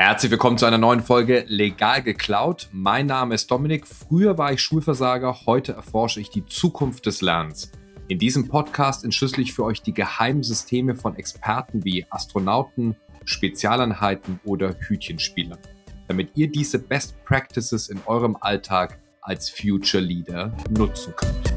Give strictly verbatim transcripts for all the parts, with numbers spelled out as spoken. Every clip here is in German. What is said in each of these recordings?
Herzlich willkommen zu einer neuen Folge Legal geklaut. Mein Name ist Dominik. Früher war ich Schulversager, heute erforsche ich die Zukunft des Lernens. In diesem Podcast entschlüssel ich für euch die geheimen Systeme von Experten wie Astronauten, Spezialeinheiten oder Hütchenspielern, damit ihr diese Best Practices in eurem Alltag als Future Leader nutzen könnt.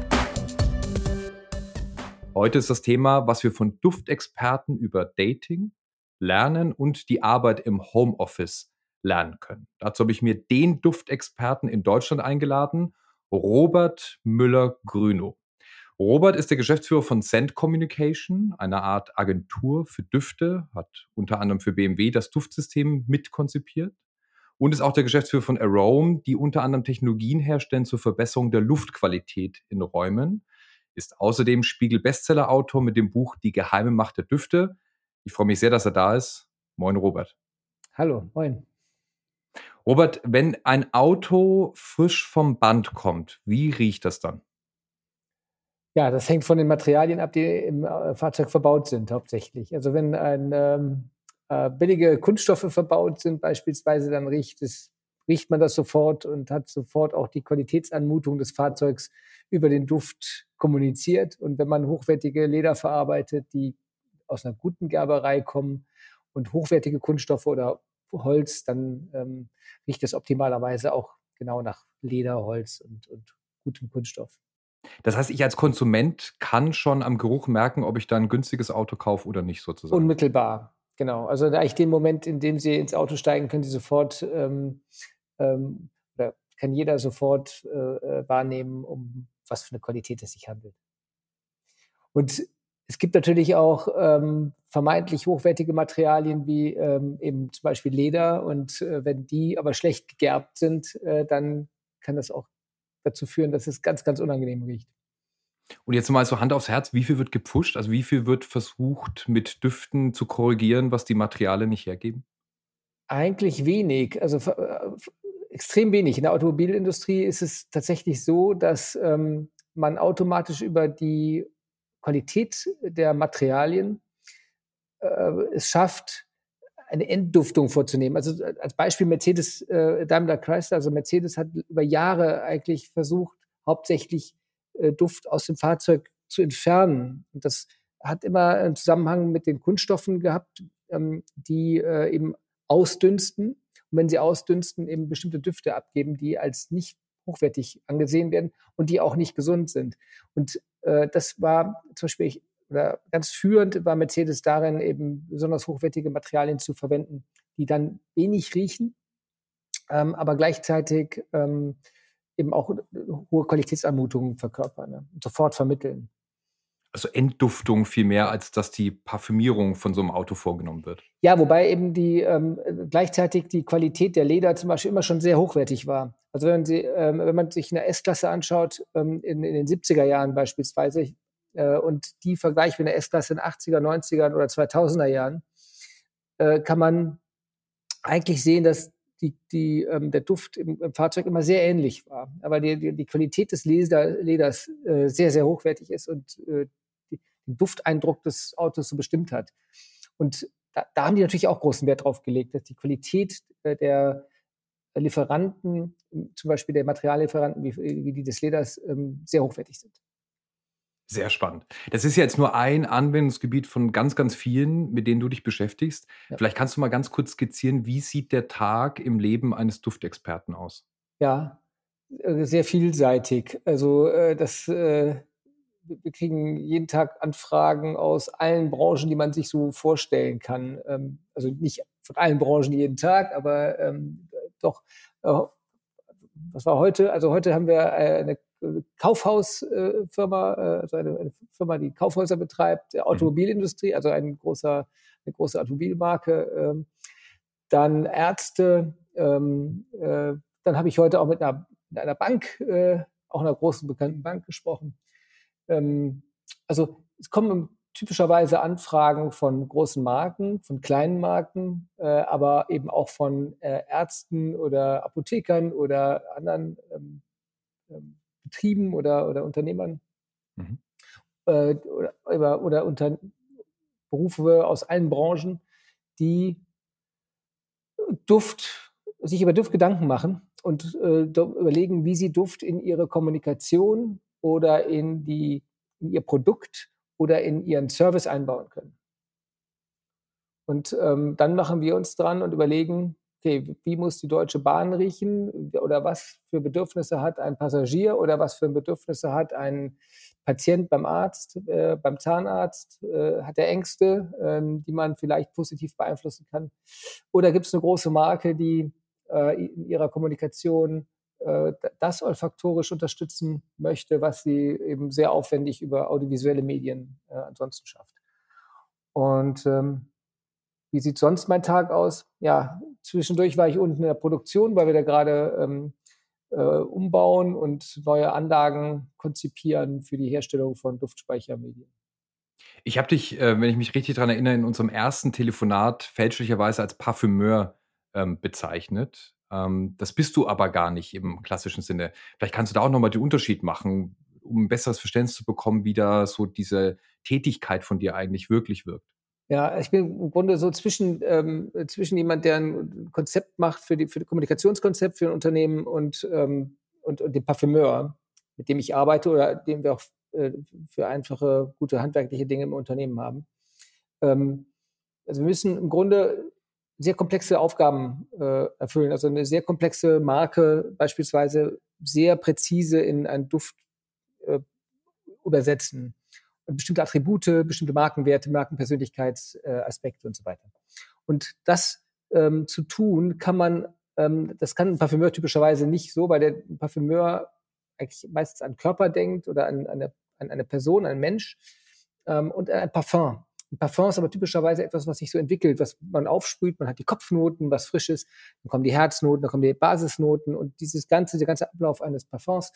Heute ist das Thema, was wir von Duftexperten über Dating, Lernen und die Arbeit im Homeoffice lernen können. Dazu habe ich mir den Duftexperten in Deutschland eingeladen, Robert Müller-Grünow. Robert ist der Geschäftsführer von Scent Communication, einer Art Agentur für Düfte, hat unter anderem für B M W das Duftsystem mitkonzipiert und ist auch der Geschäftsführer von Arome, die unter anderem Technologien herstellen zur Verbesserung der Luftqualität in Räumen, ist außerdem Spiegel-Bestseller-Autor mit dem Buch Die geheime Macht der Düfte. Ich freue mich sehr, dass er da ist. Moin, Robert. Hallo, moin. Robert, wenn ein Auto frisch vom Band kommt, wie riecht das dann? Ja, das hängt von den Materialien ab, die im äh, Fahrzeug verbaut sind, hauptsächlich. Also wenn ein, ähm, äh, billige Kunststoffe verbaut sind beispielsweise, dann riecht es, riecht man das sofort und hat sofort auch die Qualitätsanmutung des Fahrzeugs über den Duft kommuniziert. Und wenn man hochwertige Leder verarbeitet, die aus einer guten Gerberei kommen und hochwertige Kunststoffe oder Holz, dann ähm, riecht es optimalerweise auch genau nach Leder, Holz und, und gutem Kunststoff. Das heißt, ich als Konsument kann schon am Geruch merken, ob ich da ein günstiges Auto kaufe oder nicht sozusagen. Unmittelbar, genau. Also eigentlich den Moment, in dem Sie ins Auto steigen, können Sie sofort ähm, ähm, oder kann jeder sofort äh, äh, wahrnehmen, um was für eine Qualität es sich handelt. Und es gibt natürlich auch ähm, vermeintlich hochwertige Materialien wie ähm, eben zum Beispiel Leder. Und äh, wenn die aber schlecht gegerbt sind, äh, dann kann das auch dazu führen, dass es ganz, ganz unangenehm riecht. Und jetzt mal so Hand aufs Herz, wie viel wird gepfuscht? Also wie viel wird versucht, mit Düften zu korrigieren, was die Materialien nicht hergeben? Eigentlich wenig, also ver äh, f extrem wenig. In der Automobilindustrie ist es tatsächlich so, dass ähm, man automatisch über die Qualität der Materialien äh, es schafft, eine Entduftung vorzunehmen. Also, äh, als Beispiel Mercedes, äh, Daimler Chrysler, also Mercedes hat über Jahre eigentlich versucht, hauptsächlich äh, Duft aus dem Fahrzeug zu entfernen. Und das hat immer einen Zusammenhang mit den Kunststoffen gehabt, ähm, die äh, eben ausdünsten. Und wenn sie ausdünsten, eben bestimmte Düfte abgeben, die als nicht hochwertig angesehen werden und die auch nicht gesund sind. Und äh, das war zum Beispiel ich, oder ganz führend war Mercedes darin, eben besonders hochwertige Materialien zu verwenden, die dann wenig riechen, ähm, aber gleichzeitig ähm, eben auch äh, hohe Qualitätsanmutungen verkörpern, ne, und sofort vermitteln. Also Entduftung viel mehr, als dass die Parfümierung von so einem Auto vorgenommen wird. Ja, wobei eben die ähm, äh, gleichzeitig die Qualität der Leder zum Beispiel immer schon sehr hochwertig war. Also wenn Sie, ähm, wenn man sich eine S-Klasse anschaut, ähm, in, in den siebziger Jahren beispielsweise, äh, und die vergleicht mit einer S-Klasse in den achtziger, neunzigern oder zweitausender Jahren, äh, kann man eigentlich sehen, dass die, die, ähm, der Duft im, im Fahrzeug immer sehr ähnlich war. Aber die, die, die Qualität des Leder, Leders äh, sehr, sehr hochwertig ist und äh, die, den Dufteindruck des Autos so bestimmt hat. Und da, da haben die natürlich auch großen Wert drauf gelegt, dass die Qualität äh, der Lieferanten, zum Beispiel der Materiallieferanten wie, wie die des Leders, ähm, sehr hochwertig sind. Sehr spannend. Das ist ja jetzt nur ein Anwendungsgebiet von ganz, ganz vielen, mit denen du dich beschäftigst. Ja. Vielleicht kannst du mal ganz kurz skizzieren, wie sieht der Tag im Leben eines Duftexperten aus? Ja, äh, sehr vielseitig. Also, äh, das, äh wir kriegen jeden Tag Anfragen aus allen Branchen, die man sich so vorstellen kann. Ähm, also nicht von allen Branchen jeden Tag, aber ähm, doch. Äh, was war heute? Also heute haben wir äh, eine Kaufhausfirma, äh, also eine, eine Firma, die Kaufhäuser betreibt, der Mhm. Automobilindustrie, also ein großer, eine große Automobilmarke. Ähm, dann Ärzte. Ähm, äh, dann habe ich heute auch mit einer, mit einer Bank, äh, auch einer großen bekannten Bank gesprochen. Ähm, also es kommen typischerweise Anfragen von großen Marken, von kleinen Marken, äh, aber eben auch von äh, Ärzten oder Apothekern oder anderen ähm, ähm, Betrieben oder, oder Unternehmern Mhm. äh, oder, oder, oder unter Berufe aus allen Branchen, die Duft sich über Duft Gedanken machen und, äh, do überlegen, wie sie Duft in ihre Kommunikation oder in die in ihr Produkt oder in ihren Service einbauen können. Und, ähm, dann machen wir uns dran und überlegen: „Okay, wie muss die Deutsche Bahn riechen oder was für Bedürfnisse hat ein Passagier oder was für Bedürfnisse hat ein Patient beim Arzt, äh, beim Zahnarzt? Äh, hat er Ängste, ähm, die man vielleicht positiv beeinflussen kann? Oder gibt's 'ne große Marke, die, äh, in ihrer Kommunikation, äh, d das olfaktorisch unterstützen möchte, was sie eben sehr aufwendig über audiovisuelle Medien, äh, ansonsten schafft?“ Und, ähm, wie sieht sonst mein Tag aus? Ja, zwischendurch war ich unten in der Produktion, weil wir da grade, ähm, äh, umbauen und neue Anlagen konzipieren für die Herstellung von Duftspeichermedien. Ich habe dich, äh, wenn ich mich richtig dran erinnere, in unserem ersten Telefonat fälschlicherweise als Parfümeur, ähm, bezeichnet. Ähm, das bist du aber gar nicht im klassischen Sinne. Vielleicht kannst du da auch noch mal den Unterschied machen, um 'n besseres Verständnis zu bekommen, wie da so diese Tätigkeit von dir eigentlich wirklich wirkt. Ja, ich bin im Grunde so zwischen ähm, zwischen jemand, der 'n Konzept macht für die für die Kommunikationskonzept für 'n Unternehmen und ähm, und und dem Parfümeur, mit dem ich arbeite oder den wir auch f äh, für einfache, gute handwerkliche Dinge im Unternehmen haben. Ähm, also, wir müssen im Grunde sehr komplexe Aufgaben, äh, erfüllen. Also, 'ne sehr komplexe Marke beispielsweise sehr präzise in einen Duft, äh, übersetzen und bestimmte Attribute, bestimmte Markenwerte, Markenpersönlichkeits äh, Aspekte und so weiter. Und das, ähm, zu tun, kann man ähm, das kann 'n Parfümeur typischerweise nicht so, weil der Parfümeur eigentlich meistens an Körper denkt oder an an 'ne an eine Person, ein Mensch, ähm, und ein Parfum. 'N Parfum ist aber typischerweise etwas, was sich so entwickelt, was man aufsprüht. Man hat die Kopfnoten, was Frisches, dann kommen die Herznoten, dann kommen die Basisnoten und dieses ganze der ganze Ablauf eines Parfums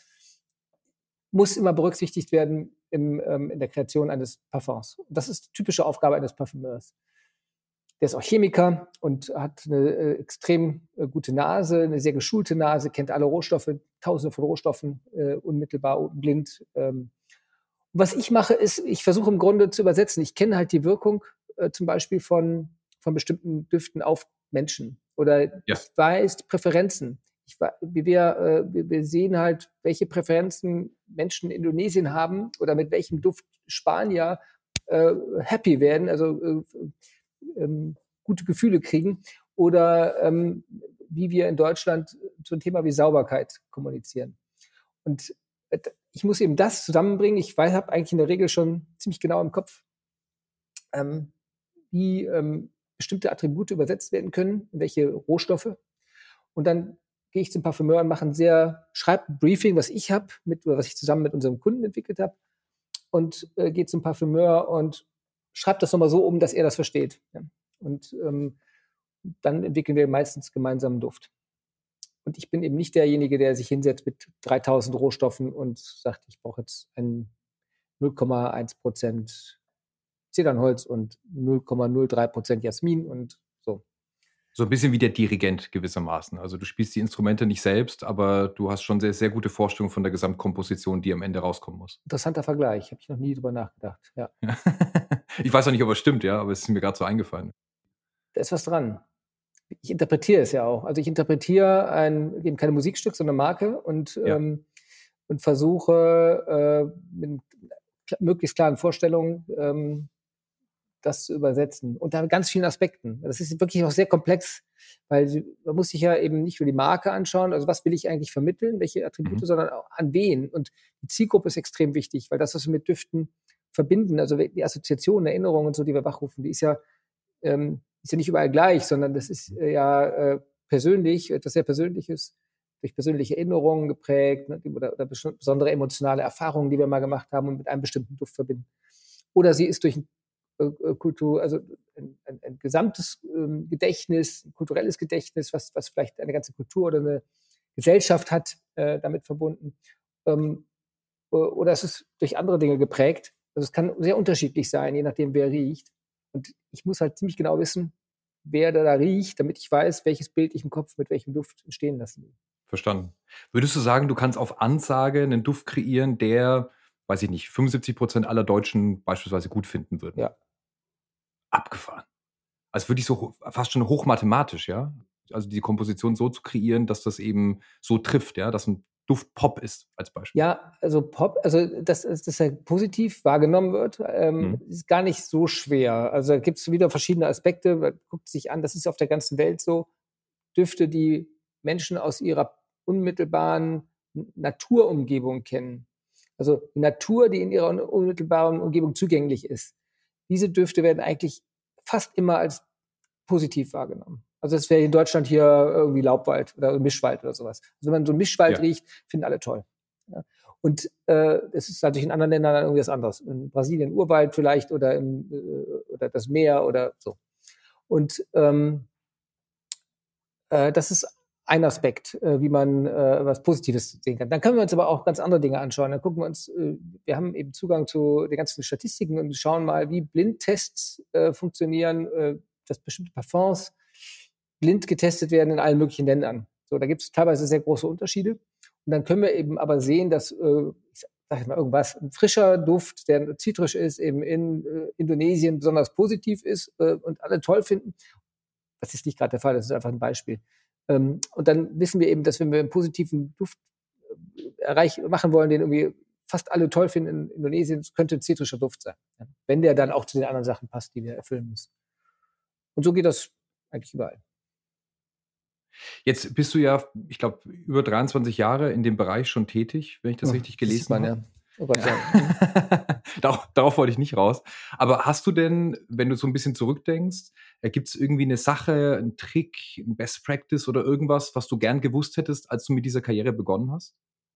muss immer berücksichtigt werden im ähm, in der Kreation eines Parfums. Das ist typische Aufgabe eines Parfümeurs. Der ist auch Chemiker und hat 'ne, äh, extrem, äh, gute Nase, 'ne sehr geschulte Nase, kennt alle Rohstoffe, Tausende von Rohstoffen, äh, unmittelbar und blind. Ähm, was ich mache, ist, ich versuche im Grunde zu übersetzen. Ich kenne halt die Wirkung, äh, zum Beispiel von von bestimmten Düften auf Menschen oder Ja. ich weiß die Präferenzen. Ich wei wie wir äh, wir wir sehen halt, welche Präferenzen Menschen in Indonesien haben oder mit welchem Duft Spanier, äh, happy werden, also, äh, f ähm, gute Gefühle kriegen oder, ähm, wie wir in Deutschland zum Thema wie Sauberkeit kommunizieren. Und, äh, d ich muss eben das zusammenbringen. Ich wei habe eigentlich in der Regel schon ziemlich genau im Kopf ähm, wie, ähm, bestimmte Attribute übersetzt werden können, in welche Rohstoffe. Und dann gehe ich zum Parfümeur und mache 'n sehr schreibe 'n Briefing, was ich habe mit oder was ich zusammen mit unserem Kunden entwickelt habe und, äh, gehe zum Parfümeur und schreibe das noch mal so um, dass er das versteht, ja. Und, ähm, dann entwickeln wir meistens gemeinsam 'n Duft. Und ich bin eben nicht derjenige, der sich hinsetzt mit dreitausend Rohstoffen und sagt: „Ich brauche jetzt ein null Komma eins Prozent Zedernholz und null Komma null drei Prozent Jasmin“ und so. So 'n bisschen wie der Dirigent gewissermaßen. Also, du spielst die Instrumente nicht selbst, aber du hast schon sehr, sehr gute Vorstellung von der Gesamtkomposition, die am Ende rauskommen muss. Interessanter Vergleich, habe ich noch nie drüber nachgedacht, ja. Ich weiß auch nicht, ob er stimmt, ja, aber es ist mir grad so eingefallen. Da ist was dran. Ich interpretiere es ja auch. Also, ich interpretiere ein eben kein Musikstück, sondern Marke und, Ja. ähm und versuche, äh, mit kl möglichst klaren Vorstellungen, ähm, das zu übersetzen unter ganz vielen Aspekten. Das ist wirklich auch sehr komplex, weil sie man muss sich ja eben nicht nur die Marke anschauen, also, was will ich eigentlich vermitteln, welche Attribute, Mhm. sondern auch an wen. Und die Zielgruppe ist extrem wichtig, weil das, was wir mit Düften verbinden, also, we die Assoziation, Erinnerung und so, die wir wachrufen, die ist ja ähm, ist ja nicht überall gleich, sondern das ist, äh, ja, äh, persönlich, etwas sehr Persönliches, durch persönliche Erinnerungen geprägt, ne, oder oder besch besondere emotionale Erfahrungen, die wir mal gemacht haben und mit einem bestimmten Duft verbinden. Oder sie ist durch 'n, äh, äh, Kultur also, ein ein ein gesamtes, ähm, Gedächtnis, kulturelles Gedächtnis, was was vielleicht eine ganze Kultur oder 'ne Gesellschaft hat, äh, damit verbunden. Ähm, o oder es ist durch andere Dinge geprägt. Also, es kann sehr unterschiedlich sein, je nachdem, wer riecht. Und ich muss halt ziemlich genau wissen, wer da da riecht, damit ich weiß, welches Bild ich im Kopf mit welchem Duft entstehen lassen will. Verstanden. Würdest du sagen, du kannst auf Ansage 'nen Duft kreieren, der, weiß ich nicht, fünfundsiebzig Prozent aller Deutschen beispielsweise gut finden würden? Ja. Abgefahren. Also, wirklich so ho fast schon hochmathematisch, ja? also die Komposition so zu kreieren, dass das eben so trifft, ja, dass 'n Duft Pop ist als Beispiel? Ja, also Pop also, dass dass dass er positiv wahrgenommen wird, ähm, Mhm. ist gar nicht so schwer. Also, da gibt's wieder verschiedene Aspekte. Man guckt sich an, das ist auf der ganzen Welt so. Düfte, die Menschen aus ihrer unmittelbaren N Naturumgebung kennen. Also, Natur, die in ihrer un unmittelbaren Umgebung zugänglich ist. Diese Düfte werden eigentlich fast immer als positiv wahrgenommen. Also, das wäre in Deutschland hier irgendwie Laubwald oder Mischwald oder so was. Also, wenn man so 'n Mischwald Ja. riecht, finden alle toll, ja? Und, äh, es ist natürlich in anderen Ländern dann irgendwie was anderes. In Brasilien Urwald vielleicht oder im äh, oder das Meer oder so. Und, ähm äh, das ist ein Aspekt, äh, wie man, äh, was Positives sehen kann. Dann können wir uns aber auch ganz andere Dinge anschauen. Dann gucken wir uns äh, wir haben eben Zugang zu den ganzen Statistiken und schauen mal, wie Blindtests, äh, funktionieren, äh, dass bestimmte Parfums blind getestet werden in allen möglichen Ländern. So, da gibt's teilweise sehr große Unterschiede. Und dann können wir eben aber sehen, dass, äh, ich sa sage jetzt mal irgendwas, 'n frischer Duft, der zitrisch ist, eben in, äh, Indonesien besonders positiv ist, äh, und alle toll finden. Das ist nicht grad der Fall, das ist einfach 'n Beispiel. Ähm, und dann wissen wir eben, dass wenn wir 'n positiven Duft, äh, erreich machen wollen, den irgendwie fast alle toll finden in Indonesien, es könnte 'n zitrischer Duft sein, ja, wenn der dann auch zu den anderen Sachen passt, die wir erfüllen müssen. Und so geht das eigentlich überall. Jetzt bist du ja, ich glaube, über dreiundzwanzig Jahre in dem Bereich schon tätig, wenn ich das Oh, richtig das sieht gelesen man, habe. ja. Oh Gott, Ja. ja. Mhm. Darauf darauf wollte ich nicht raus. Aber hast du denn, wenn du so 'n bisschen zurückdenkst, äh, gibt's irgendwie 'ne Sache, 'n Trick, 'n Best Practice oder irgendwas, was du gern gewusst hättest, als du mit dieser Karriere begonnen hast?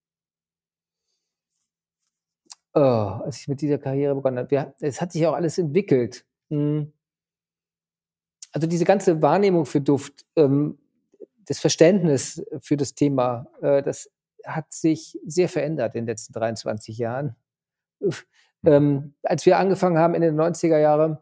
Oh, als ich mit dieser Karriere begonnen habe, ja, es hat sich auch alles entwickelt. Hm also, diese ganze Wahrnehmung für Duft, ähm, das Verständnis für das Thema, äh, das hat sich sehr verändert in den letzten dreiundzwanzig Jahren. Uff, Mhm. ähm, als wir angefangen haben Ende der neunziger Jahre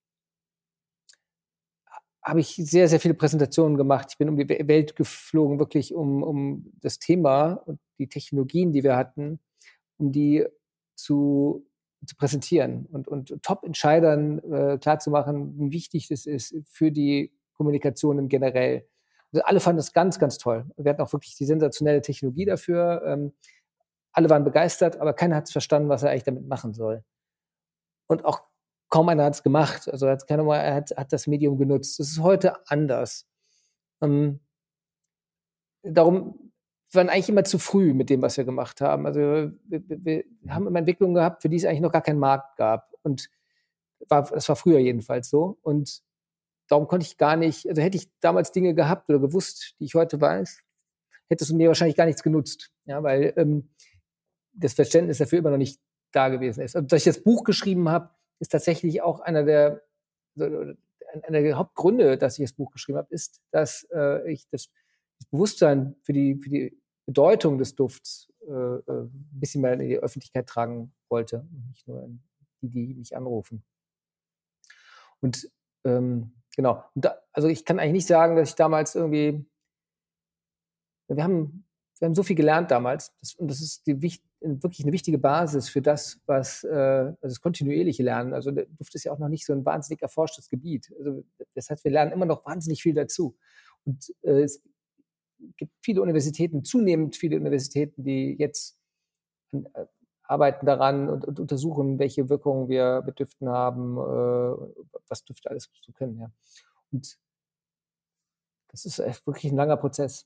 ha habe ich sehr, sehr viele Präsentationen gemacht. Ich bin um die We Welt geflogen, wirklich um um das Thema und die Technologien, die wir hatten, um die zu zu präsentieren und und Top-Entscheidern, äh, klarzumachen, wie wichtig das ist für die Kommunikation im Generell. Also, alle fanden das ganz, ganz toll. Wir hatten auch wirklich die sensationelle Technologie dafür. Ähm, alle waren begeistert, aber keiner hat's verstanden, was er eigentlich damit machen soll. Und auch kaum einer hat's gemacht. Also, hat's keiner mal hat hat das Medium genutzt. Das ist heute anders. Ähm darum wir waren eigentlich immer zu früh mit dem, was wir gemacht haben. Also, wir wir wir Mhm. haben immer Entwicklungen gehabt, für die es eigentlich noch gar keinen Markt gab. Und war es war früher jedenfalls so. Und darum konnte ich gar nicht also, hätte ich damals Dinge gehabt oder gewusst, die ich heute weiß, hätte es mir wahrscheinlich gar nichts genutzt. Ja, weil, ähm, das Verständnis dafür immer noch nicht da gewesen ist. Und dass ich das Buch geschrieben habe, ist tatsächlich auch einer der einer der Hauptgründe, dass ich das Buch geschrieben habe, ist, dass, äh, ich das Bewusstsein für die für die Bedeutung des Dufts, äh, äh, 'n bisschen mehr in die Öffentlichkeit tragen wollte und nicht nur an die, die mich anrufen. Und, ähm, genau. Und da also, ich kann eigentlich nicht sagen, dass ich damals irgendwie wir haben wir haben so viel gelernt damals. Das und das ist die wich wirklich 'ne wichtige Basis für das, was, äh also, das kontinuierliche Lernen. Also, der Duft ist ja auch noch nicht so 'n wahnsinnig erforschtes Gebiet. Also, das heißt, wir lernen immer noch wahnsinnig viel dazu. Und, äh, es gibt viele Universitäten zunehmend viele Universitäten, die jetzt an äh, arbeiten daran und und untersuchen, welche Wirkungen wir mit Düften haben, äh, was Düfte alles so können, ja. Und das ist echt wirklich 'n langer Prozess.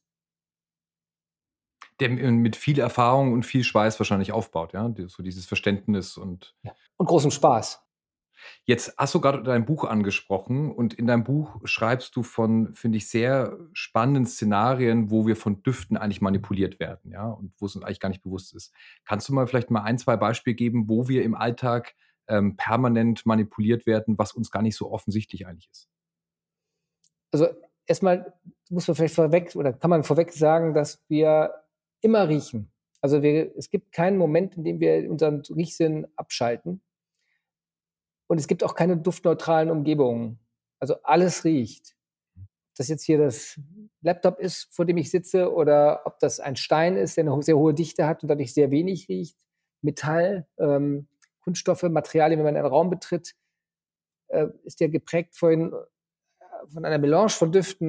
Der m mit viel Erfahrung und viel Schweiß wahrscheinlich aufbaut, ja, d so dieses Verständnis und Ja, und großen Spaß. Jetzt hast du grade dein Buch angesprochen und in deinem Buch schreibst du von, finde ich, sehr spannenden Szenarien, wo wir von Düften eigentlich manipuliert werden, ja, und wo's uns eigentlich gar nicht bewusst ist. Kannst du mal vielleicht mal ein, zwei Beispiele geben, wo wir im Alltag, ähm, permanent manipuliert werden, was uns gar nicht so offensichtlich eigentlich ist? Also, erst mal muss man vielleicht vorweg oder kann man vorweg sagen, dass wir immer riechen. Also, wir es gibt keinen Moment, in dem wir unseren Riechsinn abschalten. Und es gibt auch keine duftneutralen Umgebungen. Also, alles riecht. Ob das jetzt hier das Laptop ist, vor dem ich sitze, oder ob das ein Stein ist, der 'ne ho sehr hohe Dichte hat und dadurch sehr wenig riecht, Metall, ähm, Kunststoffe, Materialien, wenn man einen Raum betritt, äh, ist der geprägt von äh, von einer Melange von Düften.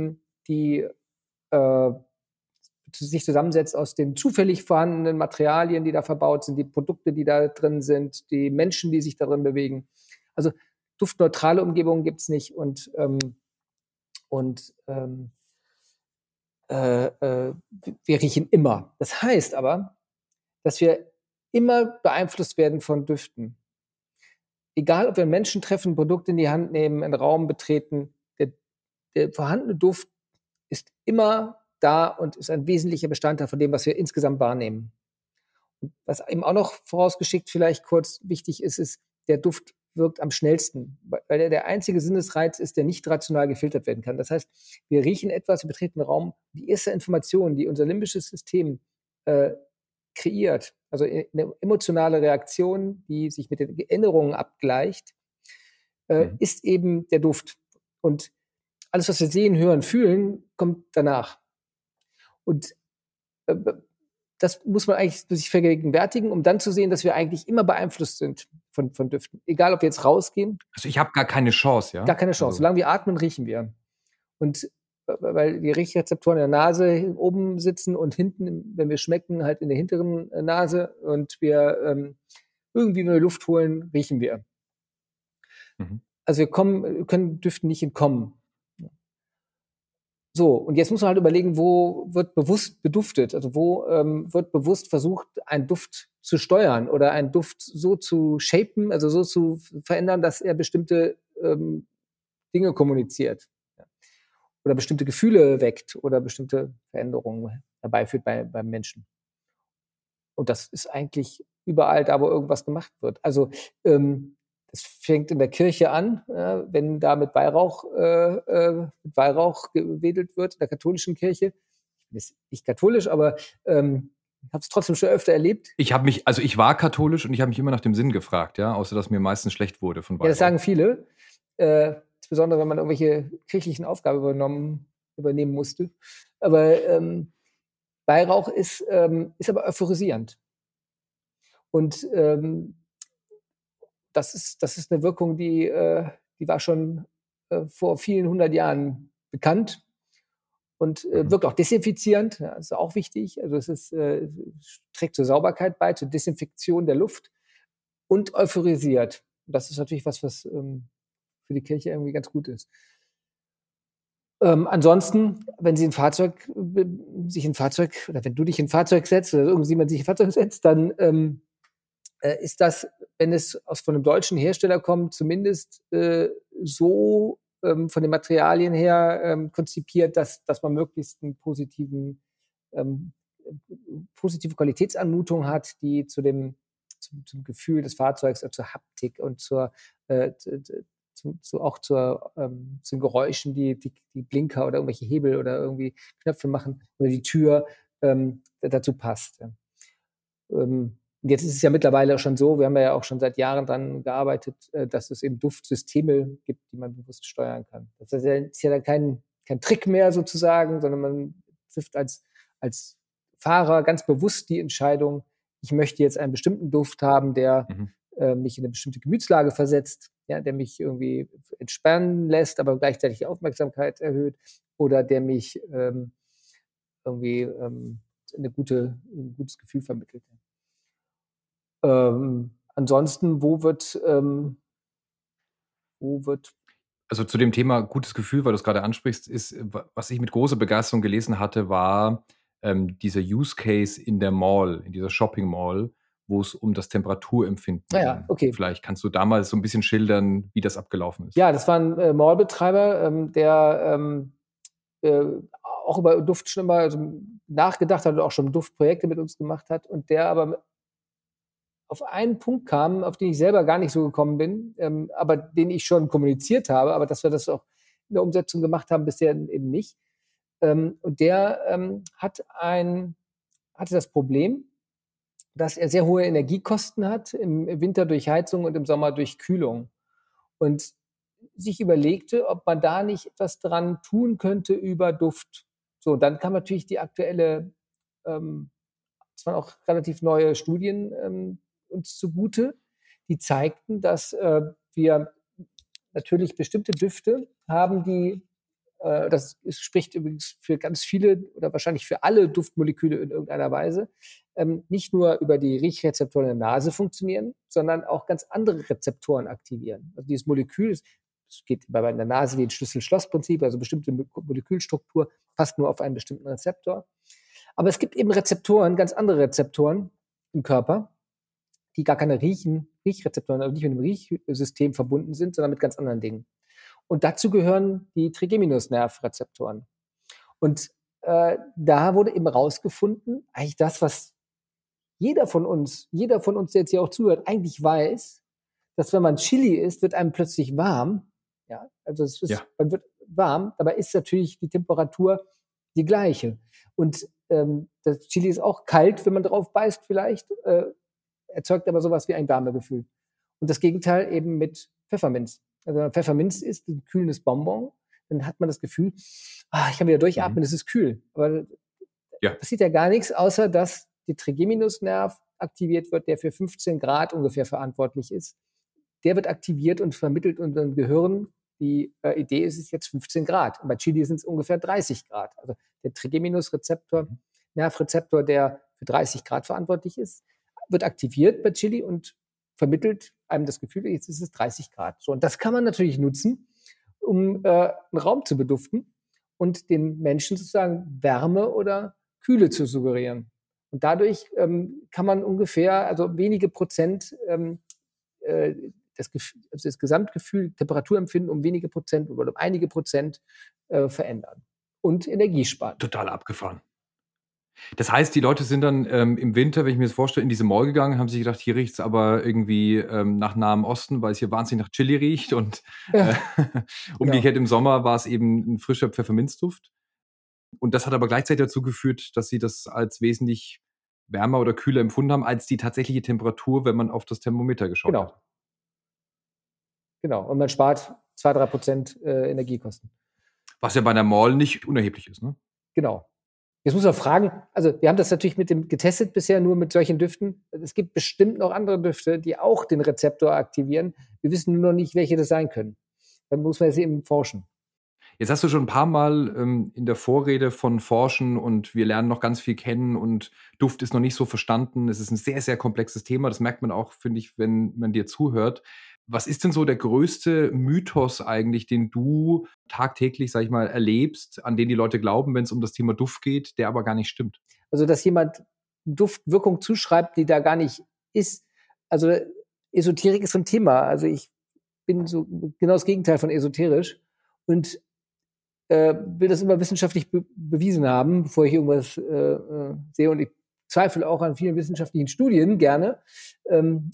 die äh, sich zusammensetzt aus den zufällig vorhandenen Materialien, die da verbaut sind, die Produkte, die da drin sind, die Menschen, die sich darin bewegen. Also duftneutrale Umgebungen gibt es nicht und, ähm, und ähm, äh, äh, wir riechen immer. Das heißt aber, dass wir immer beeinflusst werden von Düften. Egal, ob wir Menschen treffen, ein Produkt in die Hand nehmen, einen Raum betreten, der, der vorhandene Duft ist immer da und ist ein wesentlicher Bestandteil von dem, was wir insgesamt wahrnehmen. Und was eben auch noch vorausgeschickt vielleicht kurz wichtig ist, ist, der Duft wirkt am schnellsten, weil er der einzige Sinnesreiz ist, der nicht rational gefiltert werden kann. Das heißt, wir riechen etwas, wir betreten einen Raum, die erste Information, die unser limbisches System äh, kreiert, also eine emotionale Reaktion, die sich mit den Erinnerungen abgleicht, äh, Mhm. ist eben der Duft. Und alles, was wir sehen, hören, fühlen, kommt danach. Und äh, das muss man eigentlich sich vergegenwärtigen, um dann zu sehen, dass wir eigentlich immer beeinflusst sind von, von Düften. Egal, ob wir jetzt rausgehen, Also, ich habe gar keine Chance, gar ja? keine Chance. Also Solange wir atmen, riechen wir. Und äh, weil die Riechrezeptoren in der Nase oben sitzen und hinten, wenn wir schmecken, halt in der hinteren äh, Nase und wir ähm, irgendwie neue Luft holen, riechen wir. mhm. Also wir kommen, können Düften nicht entkommen. So, und jetzt muss man halt überlegen, wo wird bewusst beduftet? Also wo ähm, wird bewusst versucht, einen Duft zu steuern oder einen Duft so zu shapen, also so zu verändern, dass er bestimmte ähm, Dinge kommuniziert, ja, oder bestimmte Gefühle weckt oder bestimmte Veränderungen herbeiführt bei, beim Menschen. Und das ist eigentlich überall da, wo irgendwas gemacht wird. Also ähm, es fängt in der Kirche an, ja, wenn da mit Weihrauch, äh, äh, mit Weihrauch gewedelt wird, in der katholischen Kirche. Ich bin jetzt nicht katholisch, aber ähm, habe es trotzdem schon öfter erlebt. Ich habe mich also, ich war katholisch und ich habe mich immer nach dem Sinn gefragt, ja, außer dass mir meistens schlecht wurde von Ja, das Weihrauch. sagen viele, äh, insbesondere wenn man irgendwelche kirchlichen Aufgaben übernommen, übernehmen musste. Aber ähm, Weihrauch ist, ähm, ist aber euphorisierend. Und ähm, das ist, das ist eine Wirkung, die, äh, die war schon äh, vor vielen hundert Jahren bekannt und äh, Mhm. wirkt auch desinfizierend. Ja, das ist auch wichtig. Also es ist, äh, trägt zur Sauberkeit bei, zur Desinfektion der Luft und euphorisiert. Das ist natürlich was, was ähm, für die Kirche irgendwie ganz gut ist. Ähm, ansonsten, wenn Sie ein Fahrzeug, äh, sich ein Fahrzeug oder wenn du dich in ein Fahrzeug setzt oder irgendjemand sich in ein Fahrzeug setzt, dann ähm, äh, ist das, wenn es aus von einem deutschen Hersteller kommt, zumindest äh, so ähm, von den Materialien her ähm, konzipiert, dass, dass man möglichst einen positiven, ähm, positive Qualitätsanmutung hat, die zu dem, zum, zum Gefühl des Fahrzeugs, äh, zur Haptik und zur, äh, zu, zu, auch zur, ähm, zu den Geräuschen, die, die, die Blinker oder irgendwelche Hebel oder irgendwie Knöpfe machen oder die Tür ähm, dazu passt. Ja. Ähm, jetzt ist es ja mittlerweile schon so, wir haben ja auch schon seit Jahren dran gearbeitet, äh, dass es eben Duftsysteme gibt, die man bewusst steuern kann. Das ist ja, ist ja dann kein, kein Trick mehr sozusagen, sondern man trifft als, als Fahrer ganz bewusst die Entscheidung, ich möchte jetzt einen bestimmten Duft haben, der Mhm. äh, mich in eine bestimmte Gemütslage versetzt, ja, der mich irgendwie entspannen lässt, aber gleichzeitig die Aufmerksamkeit erhöht oder der mich ähm, irgendwie ähm, eine gute, ein gutes Gefühl vermittelt. Ähm, ansonsten, wo wird, ähm, wo wird Also, zu dem Thema gutes Gefühl, weil du's grade ansprichst, ist, äh, wa was ich mit großer Begeisterung gelesen hatte, war, ähm, dieser Use Case in der Mall, in dieser Shopping Mall, wo es um das Temperaturempfinden ah ja, ging. okay. Vielleicht kannst du da mal so 'n bisschen schildern, wie das abgelaufen ist? Ja, das war 'n, äh, Mallbetreiber, ähm, der, ähm, äh, auch über Duft schon immer also nachgedacht hat und auch schon Duftprojekte mit uns gemacht hat und der aber auf einen Punkt kam, auf den ich selber gar nicht so gekommen bin, ähm, aber den ich schon kommuniziert habe, aber dass wir das auch in der Umsetzung gemacht haben, bisher eben nicht. Ähm, und der, ähm, hat ein hatte das Problem, dass er sehr hohe Energiekosten hat, im Winter durch Heizung und im Sommer durch Kühlung. Und sich überlegte, ob man da nicht etwas dran tun könnte über Duft. So, dann kam natürlich die aktuelle, ähm, es waren auch relativ neue Studien ähm, uns zugute, die zeigten, dass äh, wir natürlich bestimmte Düfte haben, die äh, das ist, spricht übrigens für ganz viele oder wahrscheinlich für alle Duftmoleküle in irgendeiner Weise, ähm, nicht nur über die Riechrezeptoren in der Nase funktionieren, sondern auch ganz andere Rezeptoren aktivieren. Also dieses Molekül, es geht bei in der Nase wie ein Schlüssel-Schloss-Prinzip, also bestimmte Mo- Molekülstruktur passt nur auf einen bestimmten Rezeptor. Aber es gibt eben Rezeptoren, ganz andere Rezeptoren im Körper, die gar keine Riechen, Riechrezeptoren, also nicht mit dem Riechsystem verbunden sind, sondern mit ganz anderen Dingen. Und dazu gehören die Trigeminusnervrezeptoren. Und äh, da wurde eben rausgefunden, eigentlich das, was jeder von uns, jeder von uns, der jetzt hier auch zuhört, eigentlich weiß, dass wenn man Chili isst, wird einem plötzlich warm. Ja, also es ist, Ja. man wird warm, dabei ist natürlich die Temperatur die gleiche. Und ähm, das Chili ist auch kalt, wenn man drauf beißt vielleicht, äh, erzeugt aber sowas wie ein Wärmegefühl. Und das Gegenteil eben mit Pfefferminz. Also wenn man Pfefferminz isst, ein kühlendes Bonbon, dann hat man das Gefühl, ah, ich kann wieder durchatmen, Mhm. es ist kühl. Aber Ja. passiert ja gar nichts, außer dass der Trigeminusnerv aktiviert wird, der für fünfzehn Grad ungefähr verantwortlich ist. Der wird aktiviert und vermittelt unserem Gehirn. Die äh, Idee ist es jetzt fünfzehn Grad. Und bei Chili sind es ungefähr dreißig Grad. Also der Trigeminusrezeptor, Mhm. Nervrezeptor, der für dreißig Grad verantwortlich ist, wird aktiviert bei Chili und vermittelt einem das Gefühl, jetzt ist es dreißig Grad. So, und das kann man natürlich nutzen, um äh, einen Raum zu beduften und den Menschen sozusagen Wärme oder Kühle zu suggerieren. Und dadurch ähm, kann man ungefähr, also wenige Prozent ähm, äh, das, also das Gesamtgefühl, Temperaturempfinden um wenige Prozent oder um einige Prozent äh, verändern und Energie sparen. Total abgefahren. Das heißt, die Leute sind dann, ähm, im Winter, wenn ich mir das vorstelle, in diese Mall gegangen, haben sich gedacht: „Hier riecht's aber irgendwie, ähm, nach Nahem Osten, weil es hier wahnsinnig nach Chili riecht." Und, äh, Ja, genau. umgekehrt im Sommer war es eben 'n frischer Pfefferminzduft. Und das hat aber gleichzeitig dazu geführt, dass sie das als wesentlich wärmer oder kühler empfunden haben als die tatsächliche Temperatur, wenn man auf das Thermometer geschaut hat. Genau, genau. Und man spart zwei, drei Prozent äh, Energiekosten. Was ja bei 'ner Mall nicht unerheblich ist, ne? Genau. Jetzt muss man fragen, also wir haben das natürlich mit dem getestet bisher nur mit solchen Düften. Es gibt bestimmt noch andere Düfte, die auch den Rezeptor aktivieren. Wir wissen nur noch nicht, welche das sein können. Dann muss man jetzt eben forschen. Jetzt hast du schon ein paar Mal, ähm, in der Vorrede von Forschen und wir lernen noch ganz viel kennen und Duft ist noch nicht so verstanden. Es ist ein sehr, sehr komplexes Thema. Das merkt man auch, finde ich, wenn man dir zuhört. Was ist denn so der größte Mythos eigentlich, den du tagtäglich, sage ich mal, erlebst, an den die Leute glauben, wenn es um das Thema Duft geht, der aber gar nicht stimmt? Also, dass jemand Duftwirkung zuschreibt, die da gar nicht ist. Also, Esoterik ist so 'n Thema. Also, ich bin so genau das Gegenteil von esoterisch und, äh, will das immer wissenschaftlich be bewiesen haben, bevor ich irgendwas, äh, äh, sehe. Und ich zweifle auch an vielen wissenschaftlichen Studien gerne. Ähm,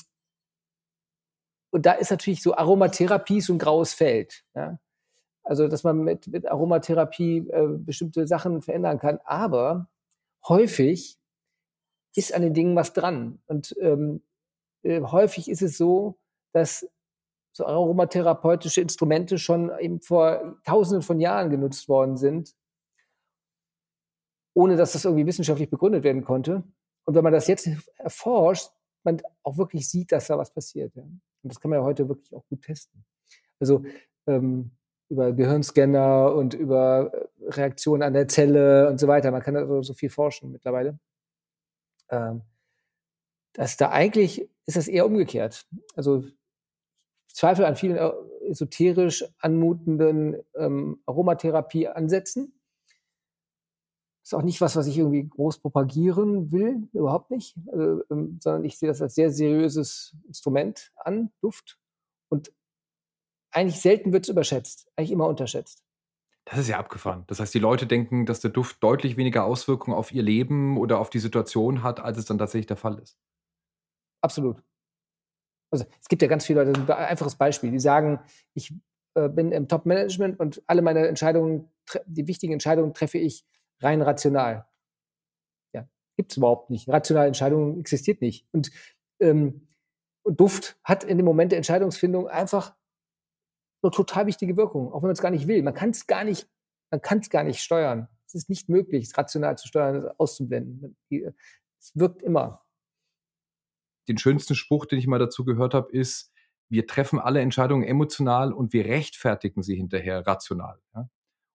und da ist natürlich so Aromatherapie so 'n graues Feld, ja? Also, dass man mit mit Aromatherapie, äh, bestimmte Sachen verändern kann. Aber häufig ist an den Dingen was dran. Und ähm, äh, häufig ist es so, dass so aromatherapeutische Instrumente schon eben vor Tausenden von Jahren genutzt worden sind, ohne dass das irgendwie wissenschaftlich begründet werden konnte. Und wenn man das jetzt erforscht, man auch wirklich sieht, dass da was passiert. Ja. Und das kann man ja heute wirklich auch gut testen. Also ähm, über Gehirnscanner und über äh, Reaktionen an der Zelle und so weiter. Man kann da so, so viel forschen mittlerweile. Ähm, dass da eigentlich ist das eher umgekehrt. Also ich zweifle an vielen äh, esoterisch anmutenden ähm, Aromatherapie-Ansätzen. Ist auch nicht was, was ich irgendwie groß propagieren will, überhaupt nicht, äh, ähm, sondern ich sehe das als sehr seriöses Instrument an, Duft. Und eigentlich selten wird es überschätzt, eigentlich immer unterschätzt. Das ist ja abgefahren. Das heißt, die Leute denken, dass der Duft deutlich weniger Auswirkungen auf ihr Leben oder auf die Situation hat, als es dann tatsächlich der Fall ist. Absolut. Also es gibt ja ganz viele Leute, ein einfaches Beispiel, die sagen, ich äh, bin im Top-Management und alle meine Entscheidungen, die wichtigen Entscheidungen treffe ich rein rational. Ja, gibt's überhaupt nicht. Rationale Entscheidung existiert nicht. Und, ähm, und Duft hat in dem Moment der Entscheidungsfindung einfach 'ne total wichtige Wirkung, auch wenn man's gar nicht will. Man kann's gar nicht man kann's gar nicht steuern. Es ist nicht möglich, es rational zu steuern, es auszublenden. Die es wirkt immer. Den schönsten Spruch, den ich mal dazu gehört habe, ist: „Wir treffen alle Entscheidungen emotional und wir rechtfertigen sie hinterher rational", ja?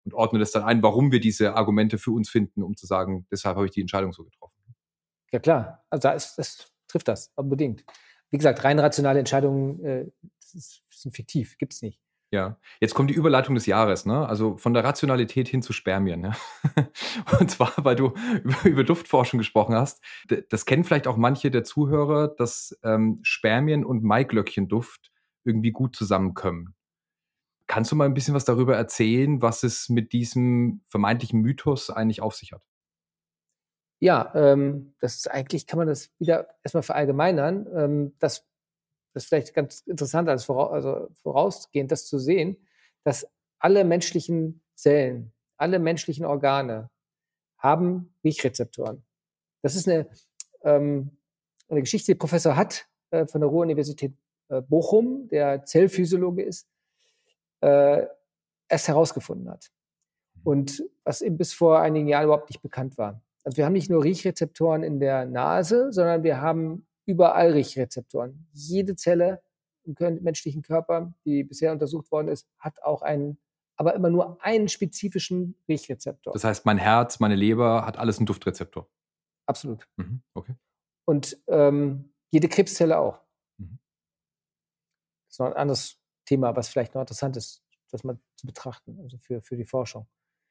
und ordne das dann ein, warum wir diese Argumente für uns finden, um zu sagen, deshalb habe ich die Entscheidung so getroffen. Ja klar, also da ist, das trifft das unbedingt. Wie gesagt, rein rationale Entscheidungen, äh, das ist, sind fiktiv, gibt's nicht. Ja, jetzt kommt die Überleitung des Jahres, ne? Also von der Rationalität hin zu Spermien, ja. Und zwar, weil du über, über Duftforschung gesprochen hast. D- Das kennen vielleicht auch manche der Zuhörer, dass ähm, Spermien und Maiglöckchenduft irgendwie gut zusammenkommen. Kannst du mal ein bisschen was darüber erzählen, was es mit diesem vermeintlichen Mythos eigentlich auf sich hat? Ja, ähm, das ist eigentlich, kann man das wieder erstmal verallgemeinern. Ähm, das das ist vielleicht ganz interessant als vorau also vorausgehend, das zu sehen, dass alle menschlichen Zellen, alle menschlichen Organe haben Riechrezeptoren. Das ist eine ähm, 'ne Geschichte, die Professor Hatt, äh, von der Ruhr-Universität, äh, Bochum, der Zellphysiologe ist, äh, erst herausgefunden hat. Und was eben bis vor einigen Jahren überhaupt nicht bekannt war. Also, wir haben nicht nur Riechrezeptoren in der Nase, sondern wir haben überall Riechrezeptoren. Jede Zelle im kön menschlichen Körper, die bisher untersucht worden ist, hat auch einen, aber immer nur einen spezifischen Riechrezeptor. Das heißt, mein Herz, meine Leber hat alles einen Duftrezeptor. Absolut. Mhm, okay. Und, ähm, jede Krebszelle auch. Mhm. Das ist noch 'n anderes Thema, was vielleicht noch interessant ist, das mal zu betrachten, also für für die Forschung.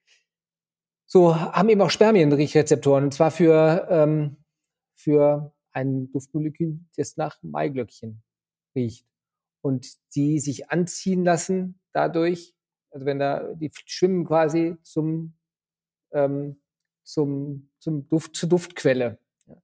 So haben eben auch Spermien Riechrezeptoren, und zwar für, ähm, für ein Duftmolekül, das nach Maiglöckchen riecht und die sich anziehen lassen dadurch, also wenn da die schwimmen quasi zum, ähm, zum zum Duft zur Duftquelle. Ja.